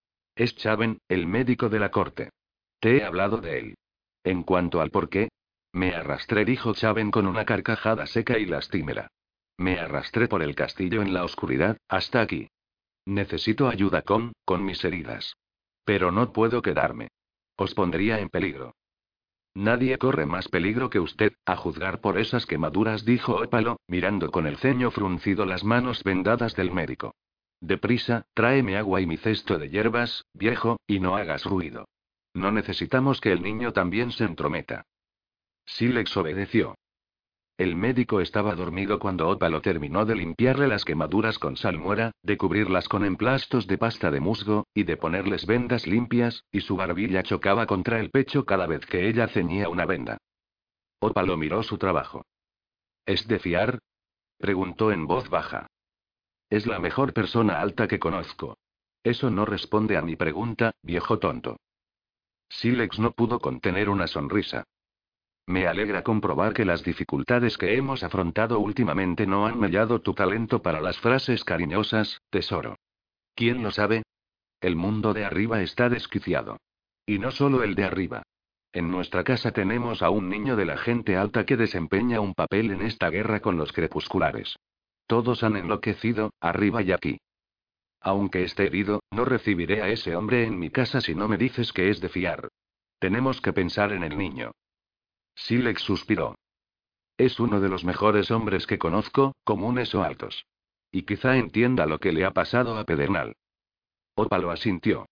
Es Chaven, el médico de la corte. Te he hablado de él. En cuanto al por qué, me arrastré, dijo Chaven con una carcajada seca y lastimera. Me arrastré por el castillo en la oscuridad, hasta aquí. Necesito ayuda con, con mis heridas. Pero no puedo quedarme. Os pondría en peligro. Nadie corre más peligro que usted, a juzgar por esas quemaduras, dijo Ópalo, mirando con el ceño fruncido las manos vendadas del médico. Deprisa, tráeme agua y mi cesto de hierbas, viejo, y no hagas ruido. No necesitamos que el niño también se entrometa. Silex obedeció. El médico estaba dormido cuando Ópalo terminó de limpiarle las quemaduras con salmuera, de cubrirlas con emplastos de pasta de musgo, y de ponerles vendas limpias, y su barbilla chocaba contra el pecho cada vez que ella ceñía una venda. Ópalo miró su trabajo. ¿Es de fiar? Preguntó en voz baja. Es la mejor persona alta que conozco. Eso no responde a mi pregunta, viejo tonto. Silex no pudo contener una sonrisa. Me alegra comprobar que las dificultades que hemos afrontado últimamente no han mellado tu talento para las frases cariñosas, tesoro. ¿Quién lo sabe? El mundo de arriba está desquiciado. Y no solo el de arriba. En nuestra casa tenemos a un niño de la gente alta que desempeña un papel en esta guerra con los crepusculares. Todos han enloquecido, arriba y aquí. Aunque esté herido, no recibiré a ese hombre en mi casa si no me dices que es de fiar. Tenemos que pensar en el niño. Silex suspiró. Es uno de los mejores hombres que conozco, comunes o altos. Y quizá entienda lo que le ha pasado a Pedernal. Ópalo asintió.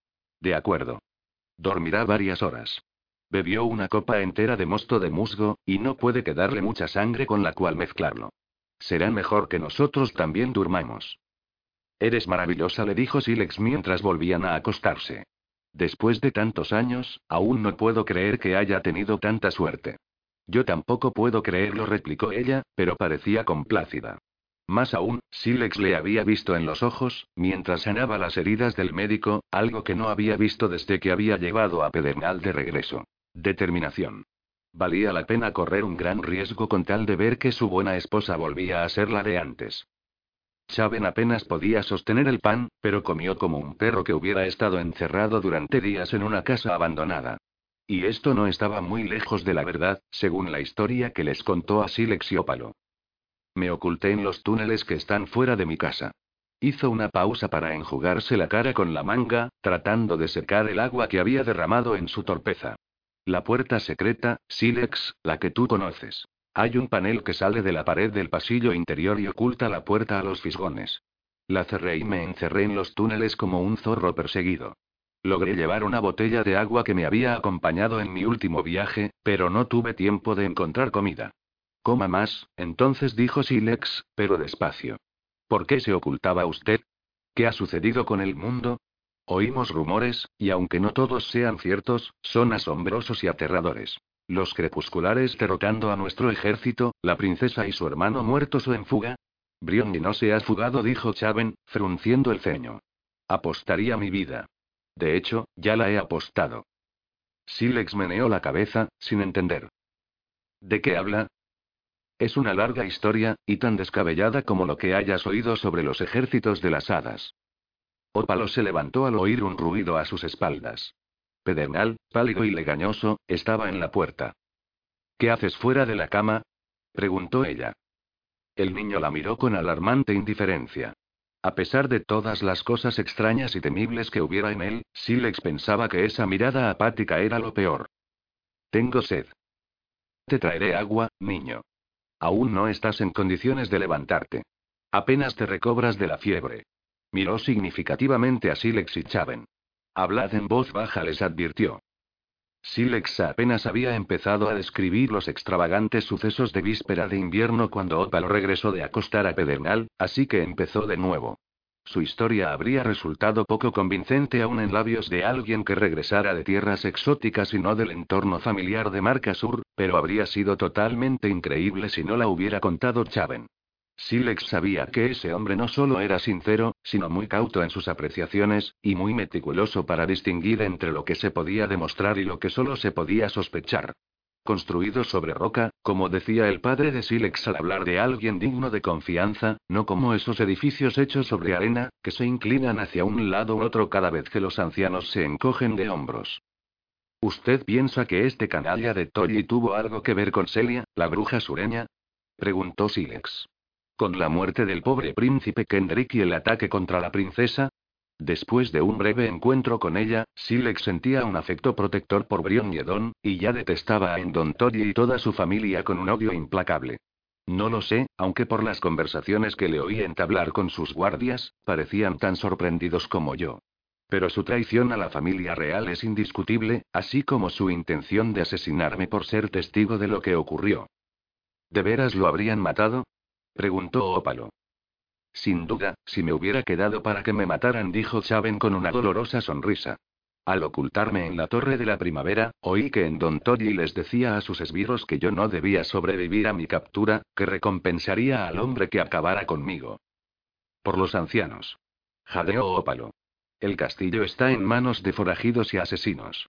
De acuerdo. Dormirá varias horas. Bebió una copa entera de mosto de musgo, y no puede quedarle mucha sangre con la cual mezclarlo. Será mejor que nosotros también durmamos. Eres maravillosa, le dijo Silex mientras volvían a acostarse. Después de tantos años, aún no puedo creer que haya tenido tanta suerte. Yo tampoco puedo creerlo, replicó ella, pero parecía complácida. Más aún, Silex le había visto en los ojos, mientras sanaba las heridas del médico, algo que no había visto desde que había llevado a Pedernal de regreso. Determinación. Valía la pena correr un gran riesgo con tal de ver que su buena esposa volvía a ser la de antes. Chaven apenas podía sostener el pan, pero comió como un perro que hubiera estado encerrado durante días en una casa abandonada. Y esto no estaba muy lejos de la verdad, según la historia que les contó a Silex y Ópalo. Me oculté en los túneles que están fuera de mi casa. Hizo una pausa para enjugarse la cara con la manga, tratando de secar el agua que había derramado en su torpeza. La puerta secreta, Silex, la que tú conoces. Hay un panel que sale de la pared del pasillo interior y oculta la puerta a los fisgones. La cerré y me encerré en los túneles como un zorro perseguido. Logré llevar una botella de agua que me había acompañado en mi último viaje, pero no tuve tiempo de encontrar comida. Coma más, entonces dijo Silex, pero despacio. ¿Por qué se ocultaba usted? ¿Qué ha sucedido con el mundo? Oímos rumores, y aunque no todos sean ciertos, son asombrosos y aterradores. Los crepusculares derrotando a nuestro ejército, la princesa y su hermano muertos o en fuga. Brionni no se ha fugado, dijo Chaven, frunciendo el ceño. Apostaría mi vida. De hecho, ya la he apostado. Silex meneó la cabeza, sin entender. ¿De qué habla? Es una larga historia, y tan descabellada como lo que hayas oído sobre los ejércitos de las hadas. Ópalo se levantó al oír un ruido a sus espaldas. Pedernal, pálido y legañoso, estaba en la puerta. ¿Qué haces fuera de la cama? Preguntó ella. El niño la miró con alarmante indiferencia. A pesar de todas las cosas extrañas y temibles que hubiera en él, Silex pensaba que esa mirada apática era lo peor. Tengo sed. Te traeré agua, niño. Aún no estás en condiciones de levantarte. Apenas te recobras de la fiebre. Miró significativamente a Silex y Chaven. Hablad en voz baja, les advirtió. Silex apenas había empezado a describir los extravagantes sucesos de víspera de invierno cuando Ópalo regresó de acostar a Pedernal, así que empezó de nuevo. Su historia habría resultado poco convincente aún en labios de alguien que regresara de tierras exóticas y no del entorno familiar de Marca Sur, pero habría sido totalmente increíble si no la hubiera contado Chaven. Silex sabía que ese hombre no solo era sincero, sino muy cauto en sus apreciaciones, y muy meticuloso para distinguir entre lo que se podía demostrar y lo que solo se podía sospechar. Construido sobre roca, como decía el padre de Silex al hablar de alguien digno de confianza, no como esos edificios hechos sobre arena, que se inclinan hacia un lado u otro cada vez que los ancianos se encogen de hombros. ¿Usted piensa que este canalla de Tolly tuvo algo que ver con Celia, la bruja sureña? Preguntó Silex. ¿Con la muerte del pobre príncipe Kendrick y el ataque contra la princesa? Después de un breve encuentro con ella, Silex sentía un afecto protector por Brion y Edon, y ya detestaba a Endon Tolly y toda su familia con un odio implacable. No lo sé, aunque por las conversaciones que le oí entablar con sus guardias, parecían tan sorprendidos como yo. Pero su traición a la familia real es indiscutible, así como su intención de asesinarme por ser testigo de lo que ocurrió. ¿De veras lo habrían matado? Preguntó Ópalo. Sin duda, si me hubiera quedado para que me mataran, dijo Chaven con una dolorosa sonrisa. Al ocultarme en la Torre de la Primavera, oí que Endon Tolly les decía a sus esbirros que yo no debía sobrevivir a mi captura, que recompensaría al hombre que acabara conmigo. Por los ancianos. Jadeó Ópalo. El castillo está en manos de forajidos y asesinos.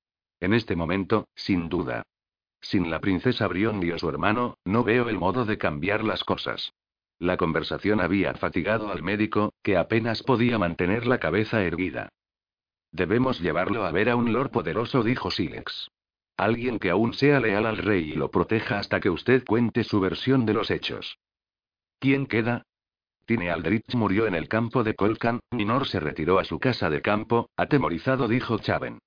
En este momento, sin duda. Sin la princesa Brionni o su hermano, no veo el modo de cambiar las cosas. La conversación había fatigado al médico, que apenas podía mantener la cabeza erguida. Debemos llevarlo a ver a un lord poderoso, dijo Silex. Alguien que aún sea leal al rey y lo proteja hasta que usted cuente su versión de los hechos. ¿Quién queda? Tine Aldrich murió en el campo de Colcan, Minor se retiró a su casa de campo, atemorizado, dijo Chaven.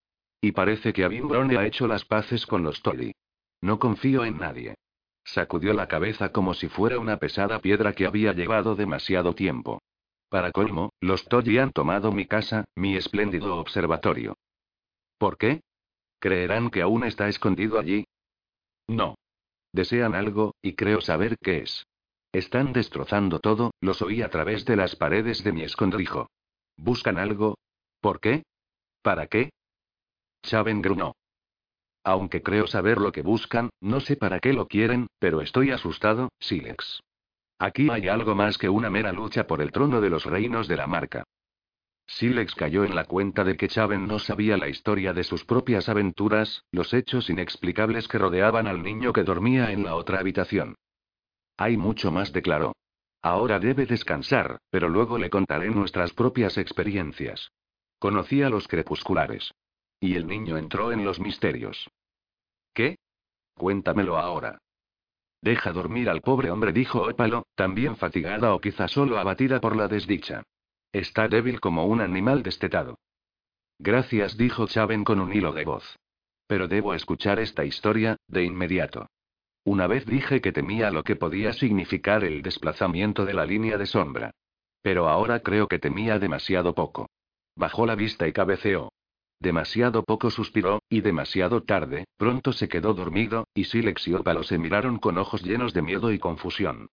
Y parece que Abimbrone ha hecho las paces con los Tolly. No confío en nadie. Sacudió la cabeza como si fuera una pesada piedra que había llevado demasiado tiempo. Para colmo, los Tolly han tomado mi casa, mi espléndido observatorio. ¿Por qué? ¿Creerán que aún está escondido allí? No. Desean algo, y creo saber qué es. Están destrozando todo, los oí a través de las paredes de mi escondrijo. ¿Buscan algo? ¿Por qué? ¿Para qué? Chaven gruñó. Aunque creo saber lo que buscan, no sé para qué lo quieren, pero estoy asustado, Silex. Aquí hay algo más que una mera lucha por el trono de los reinos de la marca. Silex cayó en la cuenta de que Chaven no sabía la historia de sus propias aventuras, los hechos inexplicables que rodeaban al niño que dormía en la otra habitación. Hay mucho más, declaró. Ahora debe descansar, pero luego le contaré nuestras propias experiencias. Conocí a los crepusculares. Y el niño entró en los misterios. ¿Qué? Cuéntamelo ahora. Deja dormir al pobre hombre, dijo Ópalo, también fatigada o quizá solo abatida por la desdicha. Está débil como un animal destetado. Gracias, dijo Chaven con un hilo de voz. Pero debo escuchar esta historia, de inmediato. Una vez dije que temía lo que podía significar el desplazamiento de la línea de sombra. Pero ahora creo que temía demasiado poco. Bajó la vista y cabeceó. Demasiado poco, suspiró, y demasiado tarde. Pronto se quedó dormido, y Silex y Ópalo se miraron con ojos llenos de miedo y confusión.